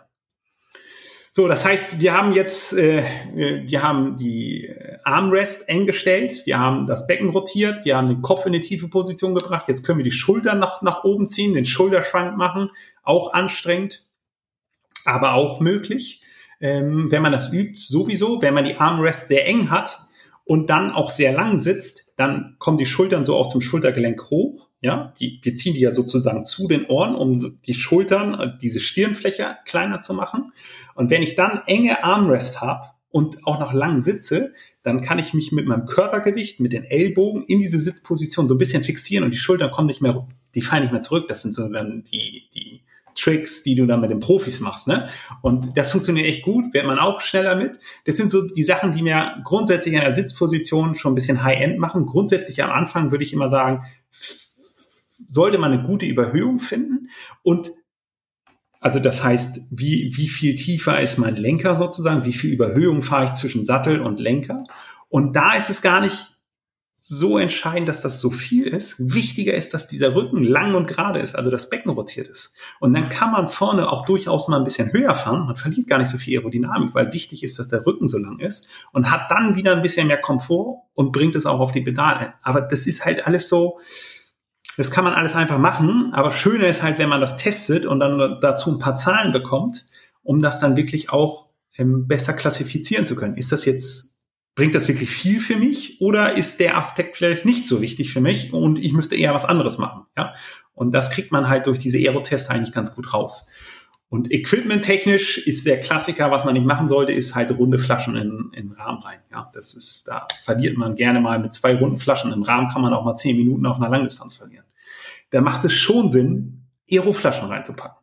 So, das heißt, wir haben jetzt, äh, wir haben die Armrest eng gestellt, wir haben das Becken rotiert, wir haben den Kopf in eine tiefe Position gebracht, jetzt können wir die Schultern nach, nach oben ziehen, den Schulterschrank machen, auch anstrengend, aber auch möglich, ähm, wenn man das übt, sowieso, wenn man die Armrest sehr eng hat und dann auch sehr lang sitzt, dann kommen die Schultern so aus dem Schultergelenk hoch, ja, die, wir ziehen die ja sozusagen zu den Ohren, um die Schultern, diese Stirnfläche kleiner zu machen. Und wenn ich dann enge Armrest habe und auch noch lang sitze, dann kann ich mich mit meinem Körpergewicht, mit den Ellbogen in diese Sitzposition so ein bisschen fixieren und die Schultern kommen nicht mehr, die fallen nicht mehr zurück. Das sind so dann die, die Tricks, die du dann mit den Profis machst, ne? Und das funktioniert echt gut, wird man auch schneller mit. Das sind so die Sachen, die mir grundsätzlich in der Sitzposition schon ein bisschen High-End machen. Grundsätzlich am Anfang würde ich immer sagen, sollte man eine gute Überhöhung finden und also das heißt, wie, wie viel tiefer ist mein Lenker sozusagen, wie viel Überhöhung fahre ich zwischen Sattel und Lenker. Und da ist es gar nicht so entscheidend, dass das so viel ist. Wichtiger ist, dass dieser Rücken lang und gerade ist, also das Becken rotiert ist. Und dann kann man vorne auch durchaus mal ein bisschen höher fahren. Man verliert gar nicht so viel Aerodynamik, weil wichtig ist, dass der Rücken so lang ist und hat dann wieder ein bisschen mehr Komfort und bringt es auch auf die Pedale. Aber das ist halt alles so... Das kann man alles einfach machen, aber schöner ist halt, wenn man das testet und dann dazu ein paar Zahlen bekommt, um das dann wirklich auch ähm, besser klassifizieren zu können. Ist das jetzt, bringt das wirklich viel für mich oder ist der Aspekt vielleicht nicht so wichtig für mich und ich müsste eher was anderes machen? Ja? Und das kriegt man halt durch diese Aero-Tests eigentlich ganz gut raus. Und equipmenttechnisch ist der Klassiker, was man nicht machen sollte, ist halt runde Flaschen in, in den Rahmen rein. Ja, das ist, da verliert man gerne mal mit zwei runden Flaschen. Im Rahmen kann man auch mal zehn Minuten auf einer Langdistanz verlieren. Da macht es schon Sinn, Aero-Flaschen reinzupacken.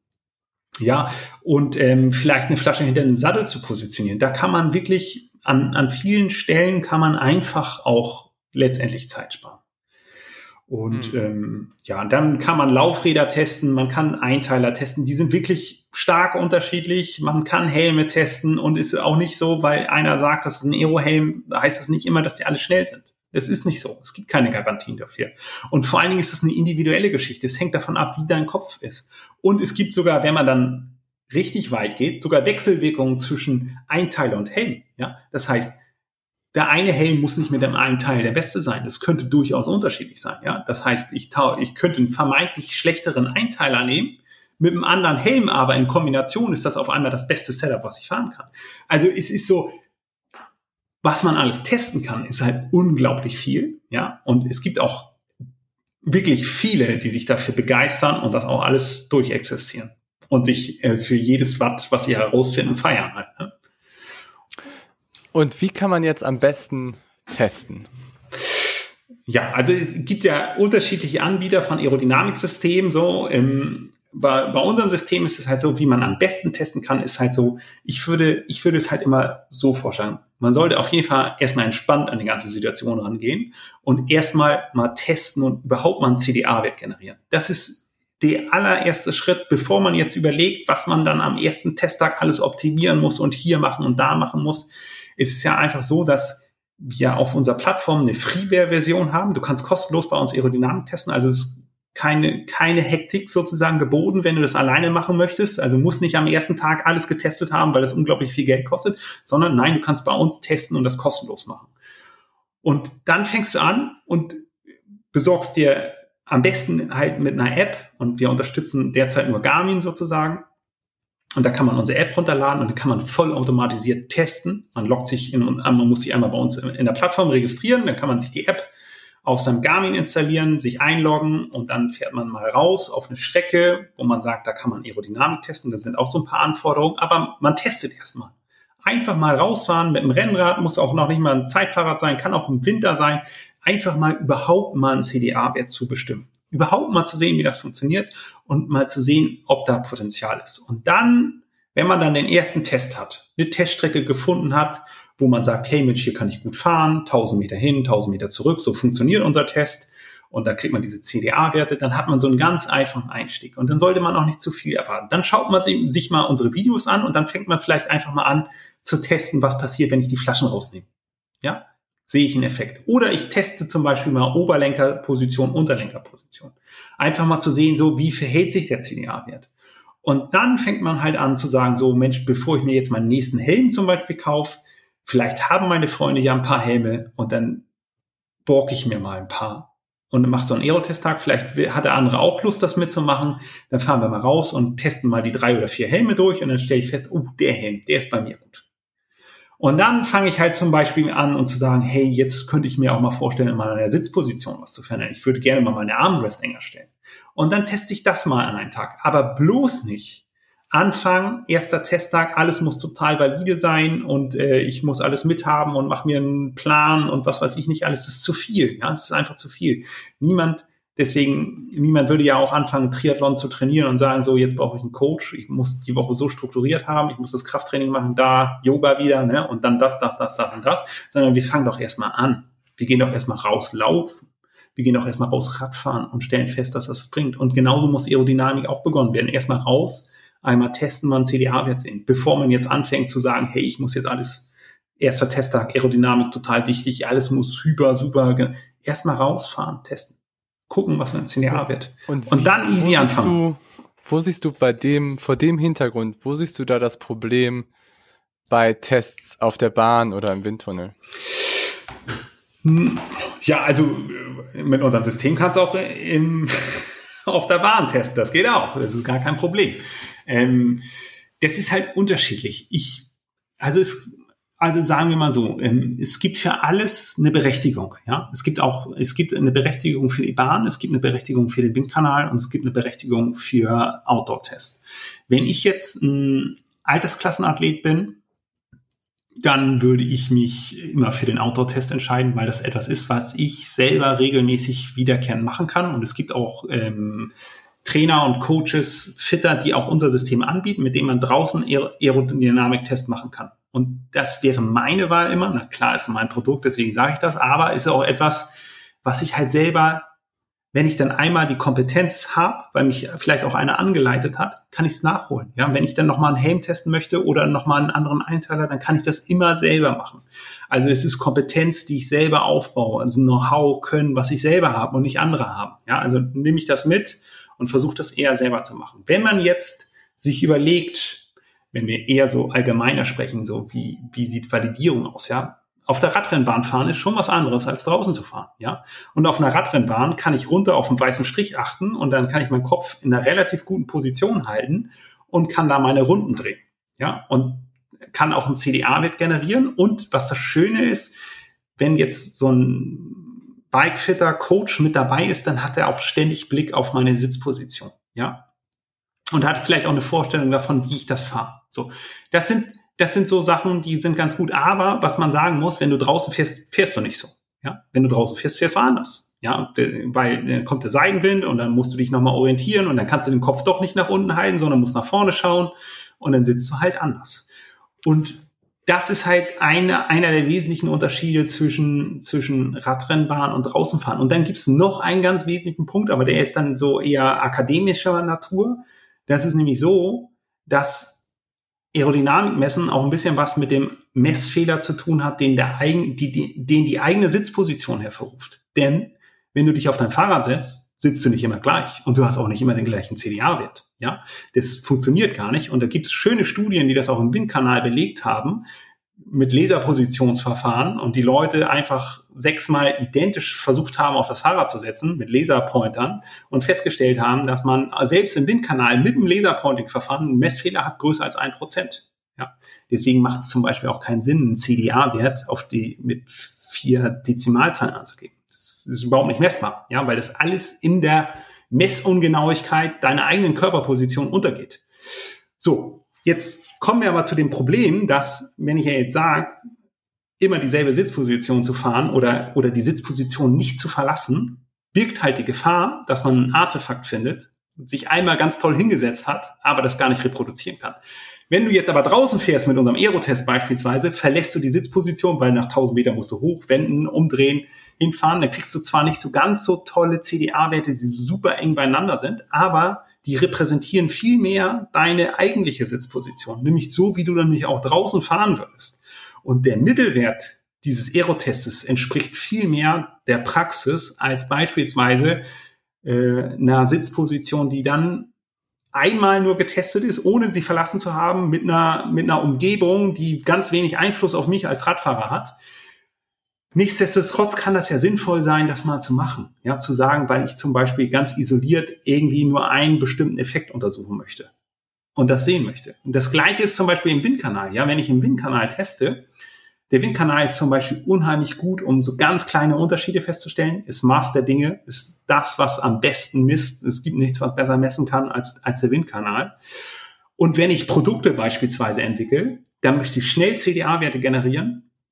Ja, und ähm, vielleicht eine Flasche hinter den Sattel zu positionieren. Da kann man wirklich, an, an vielen Stellen kann man einfach auch letztendlich Zeit sparen. Und mhm. ähm, ja, dann kann man Laufräder testen, man kann Einteiler testen, die sind wirklich stark unterschiedlich. Man kann Helme testen und ist auch nicht so, weil einer sagt, das ist ein Aero-Helm, heißt das nicht immer, dass die alle schnell sind. Das ist nicht so. Es gibt keine Garantien dafür. Und vor allen Dingen ist das eine individuelle Geschichte. Es hängt davon ab, wie dein Kopf ist. Und es gibt sogar, wenn man dann richtig weit geht, sogar Wechselwirkungen zwischen Einteiler und Helm. Ja, das heißt, der eine Helm muss nicht mit dem einen Teil der beste sein. Das könnte durchaus unterschiedlich sein. Ja, das heißt, ich, tau- ich könnte einen vermeintlich schlechteren Einteiler nehmen, mit einem anderen Helm, aber in Kombination ist das auf einmal das beste Setup, was ich fahren kann. Also es ist so, was man alles testen kann, ist halt unglaublich viel. Ja, und es gibt auch wirklich viele, die sich dafür begeistern und das auch alles durchexerzieren und sich äh, für jedes Watt, was sie herausfinden, feiern halt. Ne? Und wie kann man jetzt am besten testen? Ja, also es gibt ja unterschiedliche Anbieter von Aerodynamiksystemen. So, ähm, bei, bei unserem System ist es halt so, wie man am besten testen kann, ist halt so, ich würde, ich würde es halt immer so vorstellen. Man sollte auf jeden Fall erstmal entspannt an die ganze Situation rangehen und erstmal mal testen und überhaupt mal einen C D A-Wert generieren. Das ist der allererste Schritt, bevor man jetzt überlegt, was man dann am ersten Testtag alles optimieren muss und hier machen und da machen muss. Es ist ja einfach so, dass wir auf unserer Plattform eine Freeware-Version haben. Du kannst kostenlos bei uns Aerodynamik testen, also es ist keine, keine Hektik sozusagen geboten, wenn du das alleine machen möchtest. Also musst nicht am ersten Tag alles getestet haben, weil das unglaublich viel Geld kostet, sondern nein, du kannst bei uns testen und das kostenlos machen. Und dann fängst du an und besorgst dir am besten halt mit einer App, und wir unterstützen derzeit nur Garmin sozusagen. Und da kann man unsere App runterladen und dann kann man vollautomatisiert testen. Man loggt sich in, man muss sich einmal bei uns in der Plattform registrieren, dann kann man sich die App auf seinem Garmin installieren, sich einloggen und dann fährt man mal raus auf eine Strecke, wo man sagt, da kann man Aerodynamik testen. Das sind auch so ein paar Anforderungen, aber man testet erstmal. Einfach mal rausfahren mit dem Rennrad, muss auch noch nicht mal ein Zeitfahrrad sein, kann auch im Winter sein. Einfach mal überhaupt mal einen C D A-Wert zu bestimmen. Überhaupt mal zu sehen, wie das funktioniert und mal zu sehen, ob da Potenzial ist. Und dann, wenn man dann den ersten Test hat, eine Teststrecke gefunden hat, wo man sagt, hey Mensch, hier kann ich gut fahren, tausend Meter hin, tausend Meter zurück, so funktioniert unser Test. Und dann kriegt man diese C D A-Werte, dann hat man so einen ganz einfachen Einstieg. Und dann sollte man auch nicht zu viel erwarten. Dann schaut man sich mal unsere Videos an und dann fängt man vielleicht einfach mal an zu testen, was passiert, wenn ich die Flaschen rausnehme. Ja? Sehe ich einen Effekt. Oder ich teste zum Beispiel mal Oberlenkerposition, Unterlenkerposition. Einfach mal zu sehen, so wie verhält sich der C D A-Wert. Und dann fängt man halt an zu sagen, so Mensch, bevor ich mir jetzt meinen nächsten Helm zum Beispiel kaufe, vielleicht haben meine Freunde ja ein paar Helme und dann borg ich mir mal ein paar und mache so einen Aerotesttag. Vielleicht hat der andere auch Lust, das mitzumachen. Dann fahren wir mal raus und testen mal die drei oder vier Helme durch und dann stelle ich fest, oh, der Helm, der ist bei mir gut. Und dann fange ich halt zum Beispiel an und zu sagen, hey, jetzt könnte ich mir auch mal vorstellen, in meiner Sitzposition was zu verändern. Ich würde gerne mal meine Armrest enger stellen. Und dann teste ich das mal an einem Tag. Aber bloß nicht anfangen, erster Testtag, alles muss total valide sein und äh, ich muss alles mithaben und mache mir einen Plan und was weiß ich nicht alles. Das ist zu viel. Ja, es ist einfach zu viel. Niemand, Deswegen, niemand würde ja auch anfangen, Triathlon zu trainieren und sagen, so, jetzt brauche ich einen Coach, ich muss die Woche so strukturiert haben, ich muss das Krafttraining machen, da Yoga wieder, ne, und dann das, das, das, das und das, sondern wir fangen doch erstmal an. Wir gehen doch erstmal raus laufen. Wir gehen doch erstmal raus Radfahren und stellen fest, dass das bringt. Und genauso muss Aerodynamik auch begonnen werden. Erstmal raus, einmal testen, wann C D A-Wert sehen, bevor man jetzt anfängt zu sagen, hey, ich muss jetzt alles, erster Testtag, Aerodynamik total wichtig, alles muss hyper, super, erstmal rausfahren, testen. Gucken, was man C D A-Wert. Und, und dann easy wo anfangen. Du, wo siehst du bei dem, vor dem Hintergrund, wo siehst du da das Problem bei Tests auf der Bahn oder im Windtunnel? Ja, also mit unserem System kannst du auch im, auf der Bahn testen. Das geht auch. Das ist gar kein Problem. Ähm, das ist halt unterschiedlich. Ich, also es, also sagen wir mal so, ähm, es gibt für alles eine Berechtigung. Ja, es gibt auch, es gibt eine Berechtigung für die Bahn, es gibt eine Berechtigung für den Windkanal und es gibt eine Berechtigung für Outdoor-Tests. Wenn ich jetzt ein Altersklassenathlet bin, dann würde ich mich immer für den Outdoor-Test entscheiden, weil das etwas ist, was ich selber regelmäßig wiederkehrend machen kann. Und es gibt auch ähm, Trainer und Coaches, Fitter, die auch unser System anbieten, mit dem man draußen Aer- Aerodynamik-Test machen kann. Und das wäre meine Wahl immer. Na klar, ist mein Produkt, deswegen sage ich das. Aber ist auch etwas, was ich halt selber, wenn ich dann einmal die Kompetenz habe, weil mich vielleicht auch einer angeleitet hat, kann ich es nachholen. Ja, wenn ich dann nochmal einen Helm testen möchte oder nochmal einen anderen Einteiler, dann kann ich das immer selber machen. Also es ist Kompetenz, die ich selber aufbaue, also Know-how, Können, was ich selber habe und nicht andere haben. Ja, also nehme ich das mit und versuche das eher selber zu machen. Wenn man jetzt sich überlegt, wenn wir eher so allgemeiner sprechen, so wie, wie sieht Validierung aus, ja? Auf der Radrennbahn fahren ist schon was anderes, als draußen zu fahren, ja. Und auf einer Radrennbahn kann ich runter auf den weißen Strich achten und dann kann ich meinen Kopf in einer relativ guten Position halten und kann da meine Runden drehen, ja. Und kann auch einen C D A-Wert generieren. Und was das Schöne ist, wenn jetzt so ein Bikefitter Coach mit dabei ist, dann hat er auch ständig Blick auf meine Sitzposition, ja. Und hat vielleicht auch eine Vorstellung davon, wie ich das fahre. So, das sind Das sind so Sachen, die sind ganz gut. Aber was man sagen muss, wenn du draußen fährst, fährst du nicht so. Ja, wenn du draußen fährst, fährst du anders. Ja, weil dann kommt der Seitenwind und dann musst du dich nochmal orientieren und dann kannst du den Kopf doch nicht nach unten halten, sondern musst nach vorne schauen und dann sitzt du halt anders. Und das ist halt eine, einer der wesentlichen Unterschiede zwischen, zwischen Radrennbahn und Draußenfahren. Und dann gibt's noch einen ganz wesentlichen Punkt, aber der ist dann so eher akademischer Natur. Das ist nämlich so, dass Aerodynamikmessen auch ein bisschen was mit dem Messfehler zu tun hat, den, der eigen, die, die, den die eigene Sitzposition hervorruft. Denn wenn du dich auf dein Fahrrad setzt, sitzt du nicht immer gleich und du hast auch nicht immer den gleichen C D A-Wert. Ja, das funktioniert gar nicht. Und da gibt es schöne Studien, die das auch im Windkanal belegt haben, mit Laserpositionsverfahren und die Leute einfach sechsmal identisch versucht haben, auf das Fahrrad zu setzen mit Laserpointern und festgestellt haben, dass man selbst im Windkanal mit dem Laserpointing-Verfahren einen Messfehler hat, größer als ein Prozent. Ja. Deswegen macht es zum Beispiel auch keinen Sinn, einen C D A-Wert auf die mit vier Dezimalzahlen anzugeben. Das ist überhaupt nicht messbar, ja, weil das alles in der Messungenauigkeit deiner eigenen Körperposition untergeht. So, jetzt kommen wir aber zu dem Problem, dass, wenn ich ja jetzt sage, immer dieselbe Sitzposition zu fahren oder, oder die Sitzposition nicht zu verlassen, birgt halt die Gefahr, dass man ein Artefakt findet, sich einmal ganz toll hingesetzt hat, aber das gar nicht reproduzieren kann. Wenn du jetzt aber draußen fährst mit unserem Aerotest beispielsweise, verlässt du die Sitzposition, weil nach tausend Meter musst du hoch, wenden, umdrehen, hinfahren. Dann kriegst du zwar nicht so ganz so tolle C D A-Werte, die super eng beieinander sind, aber die repräsentieren viel mehr deine eigentliche Sitzposition, nämlich so, wie du dann nicht auch draußen fahren würdest. Und der Mittelwert dieses Aerotestes entspricht viel mehr der Praxis als beispielsweise äh, einer Sitzposition, die dann einmal nur getestet ist, ohne sie verlassen zu haben, mit einer, mit einer Umgebung, die ganz wenig Einfluss auf mich als Radfahrer hat. Nichtsdestotrotz kann das ja sinnvoll sein, das mal zu machen. Ja, zu sagen, weil ich zum Beispiel ganz isoliert irgendwie nur einen bestimmten Effekt untersuchen möchte und das sehen möchte. Und das Gleiche ist zum Beispiel im Windkanal. Ja, wenn ich im Windkanal teste, der Windkanal ist zum Beispiel unheimlich gut, um so ganz kleine Unterschiede festzustellen. Ist Maß der Dinge, ist das, was am besten misst. Es gibt nichts, was besser messen kann als, als der Windkanal. Und wenn ich Produkte beispielsweise entwickle, dann möchte ich schnell C D A-Werte generieren.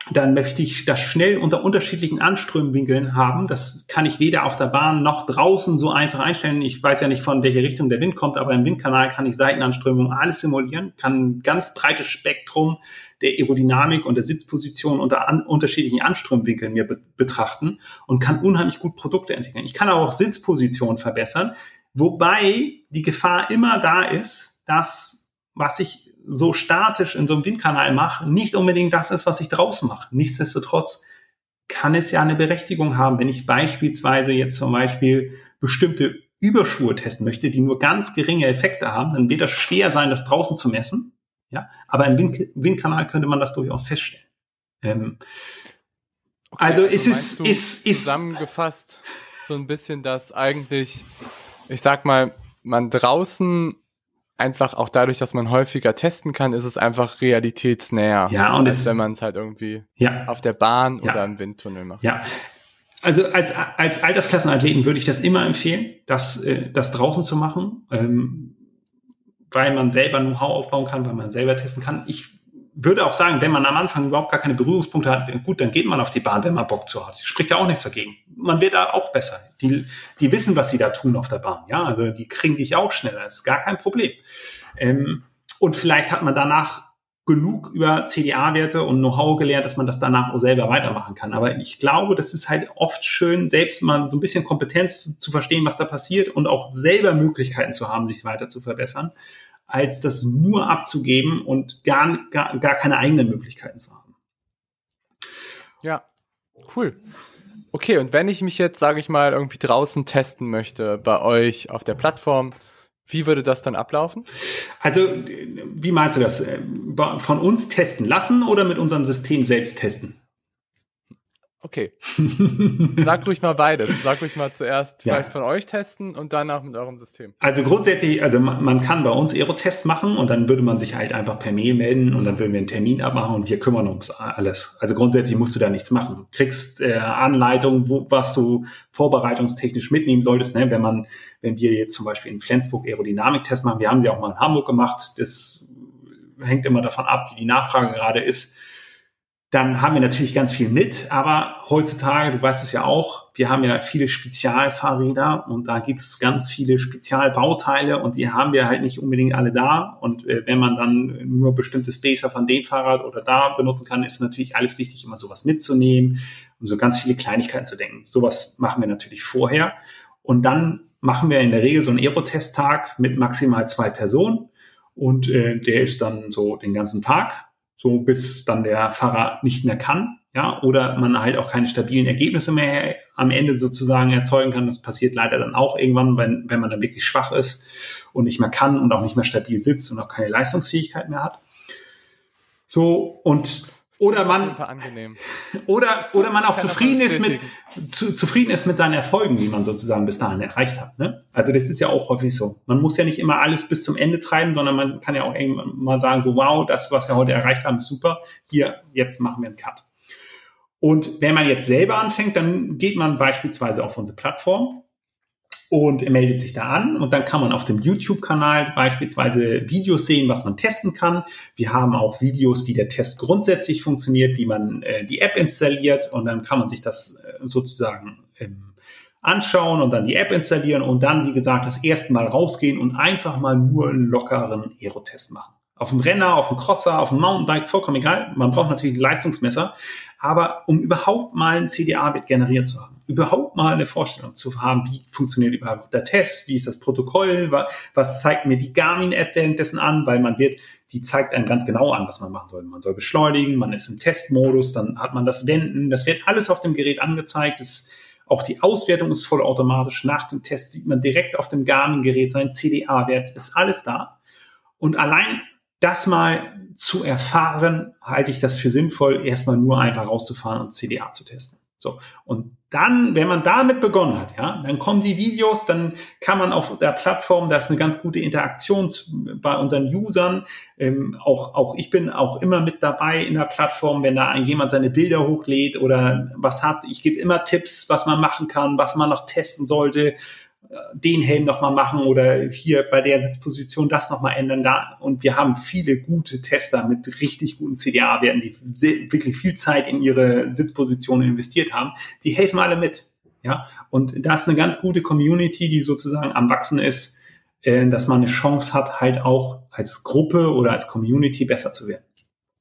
dann möchte ich das schnell unter unterschiedlichen Anströmwinkeln haben. Das kann ich weder auf der Bahn noch draußen so einfach einstellen. Ich weiß ja nicht, von welcher Richtung der Wind kommt, aber im Windkanal kann ich Seitenanströmung alles simulieren, kann ein ganz breites Spektrum der Aerodynamik und der Sitzposition unter an, unterschiedlichen Anströmwinkeln mir be- betrachten und kann unheimlich gut Produkte entwickeln. Ich kann aber auch Sitzposition verbessern, wobei die Gefahr immer da ist, dass was ich so statisch in so einem Windkanal mache, nicht unbedingt das ist, was ich draußen mache. Nichtsdestotrotz kann es ja eine Berechtigung haben, wenn ich beispielsweise jetzt zum Beispiel bestimmte Überschuhe testen möchte, die nur ganz geringe Effekte haben, dann wird das schwer sein, das draußen zu messen. Ja, aber im Wind- Windkanal könnte man das durchaus feststellen. Ähm, Okay, also also ist es, du ist, ist, zusammengefasst so ein bisschen, dass eigentlich, ich sag mal, man draußen einfach auch dadurch, dass man häufiger testen kann, ist es einfach realitätsnäher, Ja, und als es- wenn man es halt irgendwie ja, auf der Bahn Ja. oder im Windtunnel macht. ja. Also als, als Altersklassenathleten würde ich das immer empfehlen, das, äh, das draußen zu machen, ähm, weil man selber Know-how aufbauen kann, weil man selber testen kann. Ich würde auch sagen, wenn man am Anfang überhaupt gar keine Berührungspunkte hat, gut, dann geht man auf die Bahn, wenn man Bock zu hat. Spricht ja auch nichts dagegen. Man wird da auch besser. Die, die wissen, was sie da tun auf der Bahn. Ja, also die kriegen dich auch schneller. Ist gar kein Problem. Ähm, und vielleicht hat man danach genug über C D A-Werte und Know-how gelernt, dass man das danach auch selber weitermachen kann. Aber ich glaube, das ist halt oft schön, selbst mal so ein bisschen Kompetenz zu verstehen, was da passiert und auch selber Möglichkeiten zu haben, sich weiter zu verbessern, als das nur abzugeben und gar, gar, gar keine eigenen Möglichkeiten zu haben. Ja, cool. Okay, und wenn ich mich jetzt, sage ich mal, irgendwie draußen testen möchte bei euch auf der Plattform, wie würde das dann ablaufen? Also, wie meinst du das? Von uns testen lassen oder mit unserem System selbst testen? Okay. Sag ruhig mal beides. Sag ruhig mal zuerst Ja. vielleicht von euch testen und danach mit eurem System. Also grundsätzlich, also man man kann bei uns Aerotests machen und dann würde man sich halt einfach per Mail melden und dann würden wir einen Termin abmachen und wir kümmern uns alles. Also grundsätzlich musst du da nichts machen. Du kriegst äh, Anleitung, wo, was du vorbereitungstechnisch mitnehmen solltest, ne? Wenn man, wenn wir jetzt zum Beispiel in Flensburg Aerodynamiktest machen, wir haben die auch mal in Hamburg gemacht, das hängt immer davon ab, wie die Nachfrage gerade ist. Dann haben wir natürlich ganz viel mit, aber heutzutage, du weißt es ja auch, wir haben ja viele Spezialfahrräder und da gibt es ganz viele Spezialbauteile und die haben wir halt nicht unbedingt alle da. Und äh, wenn man dann nur bestimmte Spacer von dem Fahrrad oder da benutzen kann, ist natürlich alles wichtig, immer sowas mitzunehmen und so ganz viele Kleinigkeiten zu denken. Sowas machen wir natürlich vorher und dann machen wir in der Regel so einen Aerotest-Tag mit maximal zwei Personen und äh, der ist dann so den ganzen Tag, so bis dann der Fahrer nicht mehr kann, ja, oder man halt auch keine stabilen Ergebnisse mehr am Ende sozusagen erzeugen kann. Das passiert leider dann auch irgendwann, wenn, wenn man dann wirklich schwach ist und nicht mehr kann und auch nicht mehr stabil sitzt und auch keine Leistungsfähigkeit mehr hat. So, und oder man angenehm. oder oder man auch Kann zufrieden das ist mit zu, zufrieden ist mit seinen Erfolgen, die man sozusagen bis dahin erreicht hat. Ne? Also das ist ja auch häufig so. Man muss ja nicht immer alles bis zum Ende treiben, sondern man kann ja auch irgendwann mal sagen, so wow, das, was wir heute erreicht haben, ist super. Hier, jetzt machen wir einen Cut. Und wenn man jetzt selber anfängt, dann geht man beispielsweise auf unsere Plattform und meldet sich da an und dann kann man auf dem YouTube-Kanal beispielsweise Videos sehen, was man testen kann. Wir haben auch Videos, wie der Test grundsätzlich funktioniert, wie man äh, die App installiert und dann kann man sich das äh, sozusagen ähm, anschauen und dann die App installieren und dann, wie gesagt, das erste Mal rausgehen und einfach mal nur einen lockeren Aerotest machen. Auf dem Renner, auf dem Crosser, auf dem Mountainbike, vollkommen egal. Man braucht natürlich ein Leistungsmesser, aber um überhaupt mal einen C D A-Wert generiert zu haben, überhaupt mal eine Vorstellung zu haben, wie funktioniert überhaupt der Test, wie ist das Protokoll, was zeigt mir die Garmin-App währenddessen an, weil man wird, die zeigt einem ganz genau an, was man machen soll. Man soll beschleunigen, man ist im Testmodus, dann hat man das Wenden, das wird alles auf dem Gerät angezeigt, das, auch die Auswertung ist vollautomatisch. Nach dem Test sieht man direkt auf dem Garmin-Gerät seinen C D A-Wert, ist alles da. Und allein das mal zu erfahren, halte ich das für sinnvoll, erstmal nur einfach rauszufahren und C D A zu testen. So. Und dann, wenn man damit begonnen hat, ja, dann kommen die Videos, dann kann man auf der Plattform, da ist eine ganz gute Interaktion bei unseren Usern. Ähm, auch, auch ich bin auch immer mit dabei in der Plattform, wenn da jemand seine Bilder hochlädt oder was hat. Ich gebe immer Tipps, was man machen kann, was man noch testen sollte. den Helm nochmal machen oder hier bei der Sitzposition das nochmal ändern. Da. Und wir haben viele gute Tester mit richtig guten C D A-Werten, die sehr, wirklich viel Zeit in ihre Sitzpositionen investiert haben. Die helfen alle mit. Ja, und da ist eine ganz gute Community, die sozusagen am Wachsen ist, äh, dass man eine Chance hat, halt auch als Gruppe oder als Community besser zu werden.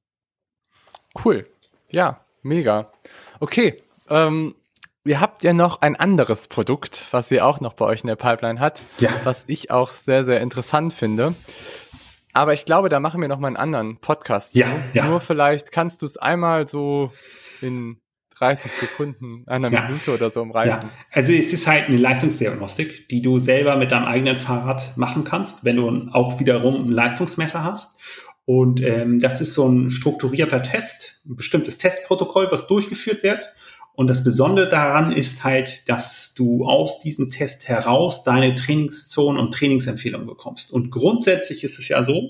Cool. Ja, mega. Okay, ähm, ihr habt ja noch ein anderes Produkt, was ihr auch noch bei euch in der Pipeline hat, ja. was ich auch sehr, sehr interessant finde. Aber ich glaube, da machen wir noch mal einen anderen Podcast. Ja, ja. Nur vielleicht kannst du es einmal so in dreißig Sekunden, einer ja. Minute oder so umreißen. Ja. Also es ist halt eine Leistungsdiagnostik, die du selber mit deinem eigenen Fahrrad machen kannst, wenn du auch wiederum ein Leistungsmesser hast. Und ähm, das ist so ein strukturierter Test, ein bestimmtes Testprotokoll, was durchgeführt wird. Und das Besondere daran ist halt, dass du aus diesem Test heraus deine Trainingszonen und Trainingsempfehlungen bekommst. Und grundsätzlich ist es ja so,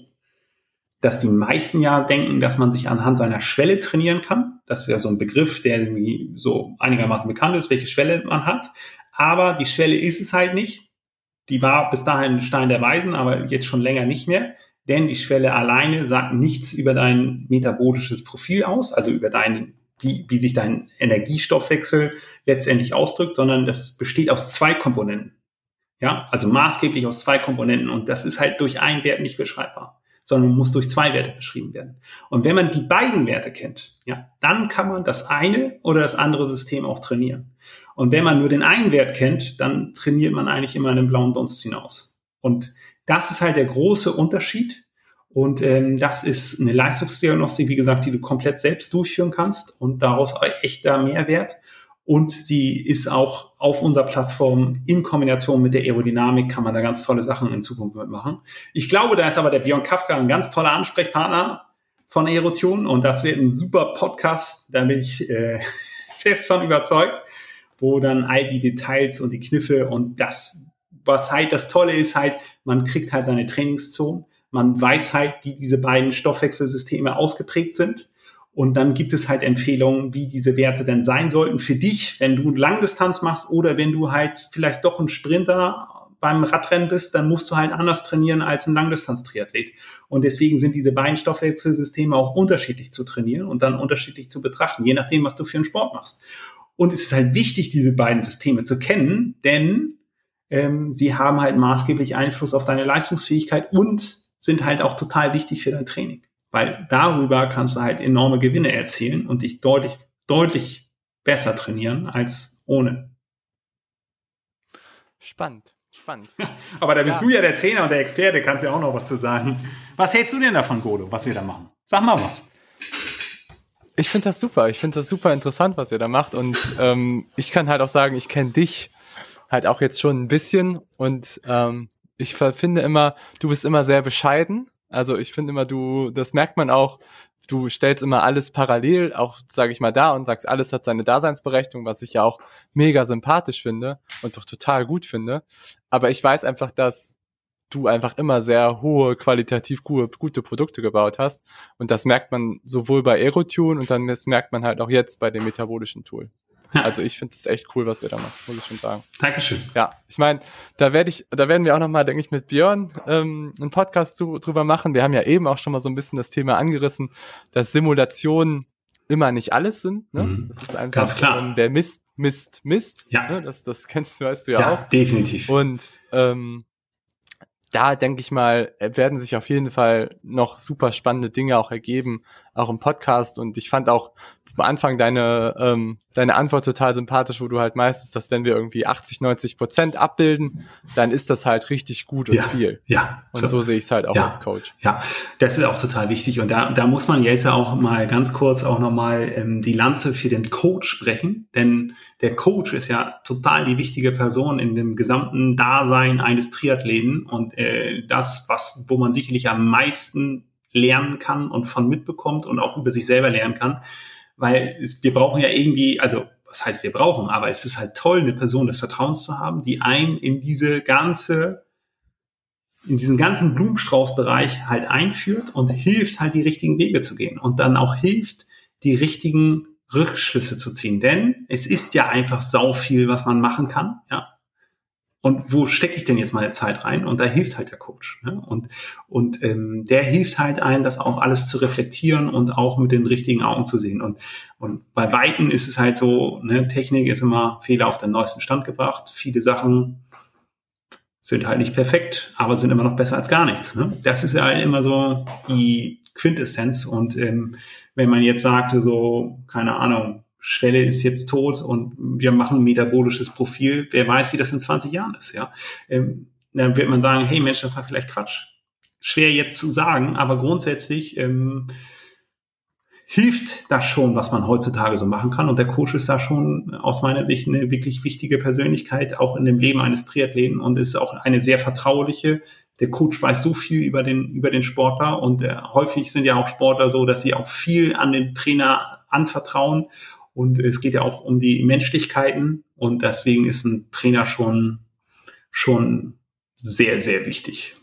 dass die meisten ja denken, dass man sich anhand seiner Schwelle trainieren kann. Das ist ja so ein Begriff, der irgendwie so einigermaßen bekannt ist, welche Schwelle man hat. Aber die Schwelle ist es halt nicht. Die war bis dahin ein Stein der Weisen, aber jetzt schon länger nicht mehr. Denn die Schwelle alleine sagt nichts über dein metabolisches Profil aus, also über deinen, wie, wie sich dein Energiestoffwechsel letztendlich ausdrückt, sondern das besteht aus zwei Komponenten. Ja, also maßgeblich aus zwei Komponenten. Und das ist halt durch einen Wert nicht beschreibbar, sondern muss durch zwei Werte beschrieben werden. Und wenn man die beiden Werte kennt, ja, dann kann man das eine oder das andere System auch trainieren. Und wenn man nur den einen Wert kennt, dann trainiert man eigentlich immer in den blauen Dunst hinaus. Und das ist halt der große Unterschied. Und ähm, das ist eine Leistungsdiagnostik, wie gesagt, die du komplett selbst durchführen kannst und daraus echter Mehrwert. Und sie ist auch auf unserer Plattform in Kombination mit der Aerodynamik, kann man da ganz tolle Sachen in Zukunft mitmachen. Ich glaube, da ist aber der Björn Kafka ein ganz toller Ansprechpartner von Aerotune und das wird ein super Podcast, da bin ich äh, fest von überzeugt, wo dann all die Details und die Kniffe und das, was halt das Tolle ist, halt, man kriegt halt seine Trainingszonen, man weiß halt, wie diese beiden Stoffwechselsysteme ausgeprägt sind. Und dann gibt es halt Empfehlungen, wie diese Werte denn sein sollten für dich, wenn du Langdistanz machst oder wenn du halt vielleicht doch ein Sprinter beim Radrennen bist, dann musst du halt anders trainieren als ein Langdistanz-Triathlet. Und deswegen sind diese beiden Stoffwechselsysteme auch unterschiedlich zu trainieren und dann unterschiedlich zu betrachten, je nachdem, was du für einen Sport machst. Und es ist halt wichtig, diese beiden Systeme zu kennen, denn ähm, sie haben halt maßgeblich Einfluss auf deine Leistungsfähigkeit und sind halt auch total wichtig für dein Training. Weil darüber kannst du halt enorme Gewinne erzielen und dich deutlich, deutlich besser trainieren als ohne. Spannend, spannend. Aber da bist ja. du ja der Trainer und der Experte, kannst ja auch noch was zu sagen. Was hältst du denn davon, Godo, was wir da machen? Sag mal was. Ich finde das super. Ich finde das super interessant, was ihr da macht. Und ähm, ich kann halt auch sagen, ich kenne dich halt auch jetzt schon ein bisschen. Und ähm, ich finde immer, du bist immer sehr bescheiden. Also ich finde immer, du, das merkt man auch, du stellst immer alles parallel, auch, sage ich mal, da und sagst, alles hat seine Daseinsberechtigung, was ich ja auch mega sympathisch finde und doch total gut finde. Aber ich weiß einfach, dass du einfach immer sehr hohe, qualitativ gute, gute Produkte gebaut hast. Und das merkt man sowohl bei Aerotune und dann das merkt man halt auch jetzt bei dem metabolischen Tool. Also ich finde es echt cool, was ihr da macht, muss ich schon sagen. Dankeschön. Ja, ich meine, da werde ich, da werden wir auch nochmal, denke ich, mit Björn ähm, einen Podcast zu, drüber machen. Wir haben ja eben auch schon mal so ein bisschen das Thema angerissen, dass Simulationen immer nicht alles sind. Ne? Mhm. Das ist einfach, ganz klar. Ähm, wer misst, misst, misst. Ja. Ne? Das, das kennst du, weißt du ja, ja auch. Ja, definitiv. Und ähm, da denke ich mal, werden sich auf jeden Fall noch super spannende Dinge auch ergeben, auch im Podcast. Und ich fand auch am Anfang deine ähm, deine Antwort total sympathisch, wo du halt meistens, dass wenn wir irgendwie achtzig, neunzig Prozent abbilden, dann ist das halt richtig gut und ja, viel. Ja. Und so, so sehe ich es halt auch ja, als Coach. Ja, das ist auch total wichtig. Und da, da muss man jetzt ja auch mal ganz kurz auch nochmal ähm, die Lanze für den Coach sprechen. Denn der Coach ist ja total die wichtige Person in dem gesamten Dasein eines Triathleten. Und äh, das, was wo man sicherlich am meisten lernen kann und von mitbekommt und auch über sich selber lernen kann. Weil es, wir brauchen ja irgendwie, also was heißt wir brauchen, aber es ist halt toll, eine Person des Vertrauens zu haben, die einen in diese ganze, in diesen ganzen Blumenstraußbereich halt einführt und hilft halt die richtigen Wege zu gehen und dann auch hilft, die richtigen Rückschlüsse zu ziehen. Denn es ist ja einfach sau viel, was man machen kann, ja. Und wo stecke ich denn jetzt meine Zeit rein? Und da hilft halt der Coach. Ne? Und, und ähm, der hilft halt einem, das auch alles zu reflektieren und auch mit den richtigen Augen zu sehen. Und, und bei Weitem ist es halt so, ne, Technik ist immer Fehler auf den neuesten Stand gebracht. Viele Sachen sind halt nicht perfekt, aber sind immer noch besser als gar nichts. Ne? Das ist ja immer so die Quintessenz. Und ähm, wenn man jetzt sagte, so, keine Ahnung, Schwelle ist jetzt tot und wir machen ein metabolisches Profil, wer weiß, wie das in zwanzig Jahren ist, ja. Ähm, dann wird man sagen, hey Mensch, das war vielleicht Quatsch. Schwer jetzt zu sagen, aber grundsätzlich ähm, hilft das schon, was man heutzutage so machen kann. Und der Coach ist da schon aus meiner Sicht eine wirklich wichtige Persönlichkeit, auch in dem Leben eines Triathleten, und ist auch eine sehr vertrauliche. Der Coach weiß so viel über den, über den Sportler, und äh, häufig sind ja auch Sportler so, dass sie auch viel an den Trainer anvertrauen. Und es geht ja auch um die Menschlichkeiten, und deswegen ist ein Trainer schon, schon sehr, sehr wichtig.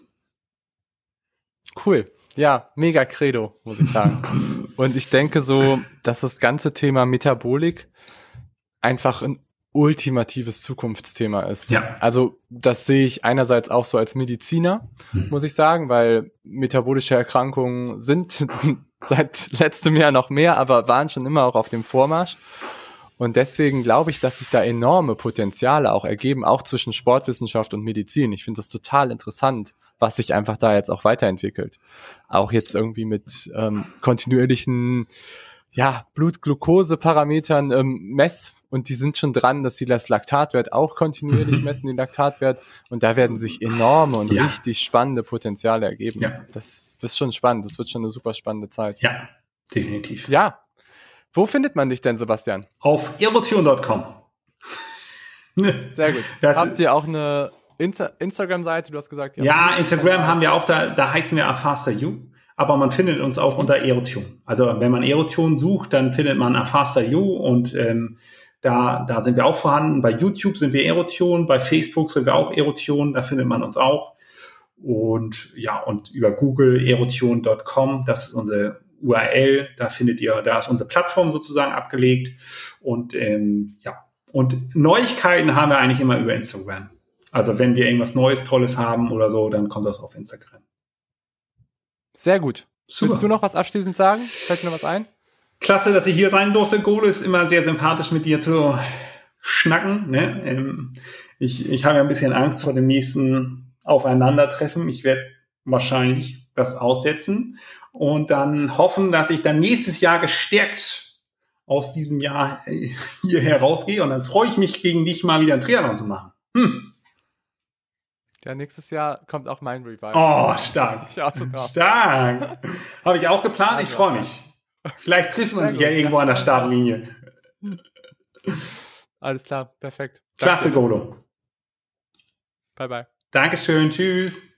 Cool. Ja, mega Credo, muss ich sagen. Und ich denke so, dass das ganze Thema Metabolik einfach ein ultimatives Zukunftsthema ist. Ja. Also das sehe ich einerseits auch so als Mediziner, hm. muss ich sagen, weil metabolische Erkrankungen sind seit letztem Jahr noch mehr, aber waren schon immer auch auf dem Vormarsch. Und deswegen glaube ich, dass sich da enorme Potenziale auch ergeben, auch zwischen Sportwissenschaft und Medizin. Ich finde das total interessant, was sich einfach da jetzt auch weiterentwickelt. Auch jetzt irgendwie mit ähm, kontinuierlichen ja, Blutglucose-Parametern ähm, Mess, und die sind schon dran, dass sie das Laktatwert auch kontinuierlich messen, den Laktatwert, und da werden sich enorme und ja. richtig spannende Potenziale ergeben. Ja. Das ist schon spannend, das wird schon eine super spannende Zeit. Ja, definitiv. Ja. Wo findet man dich denn, Sebastian? Auf erotion punkt com. Sehr gut. Das Habt ihr auch eine Insta- Instagram-Seite? Du hast gesagt, ja, ja Instagram haben wir auch, da, da heißen wir afasteryou. Aber man findet uns auch unter Erotion. Also wenn man Erotion sucht, dann findet man afasteryou, und ähm, da, da sind wir auch vorhanden. Bei YouTube sind wir Erotion, bei Facebook sind wir auch Erotion, da findet man uns auch. Und ja, und über Google erotion punkt com, das ist unsere U R L, da findet ihr, da ist unsere Plattform sozusagen abgelegt. Und ähm, ja, und Neuigkeiten haben wir eigentlich immer über Instagram. Also wenn wir irgendwas Neues, Tolles haben oder so, dann kommt das auf Instagram. Sehr gut. Super. Willst du noch was abschließend sagen? Fällt mir noch was ein? Klasse, dass ich hier sein durfte, Gole. Ist immer sehr sympathisch, mit dir zu schnacken. Ne? Ähm, ich, ich habe ja ein bisschen Angst vor dem nächsten Aufeinandertreffen. Ich werde wahrscheinlich das aussetzen und dann hoffen, dass ich dann nächstes Jahr gestärkt aus diesem Jahr hier herausgehe. Und dann freue ich mich, gegen dich mal wieder ein Triathlon zu machen. Hm. Ja, nächstes Jahr kommt auch mein Revival. Oh, stark. Ich auch schon drauf. Stark. Habe ich auch geplant. Ich freue mich. Vielleicht treffen wir uns ja irgendwo an der Startlinie. Alles klar, perfekt. Klasse, Golo. Bye, bye. Dankeschön, tschüss.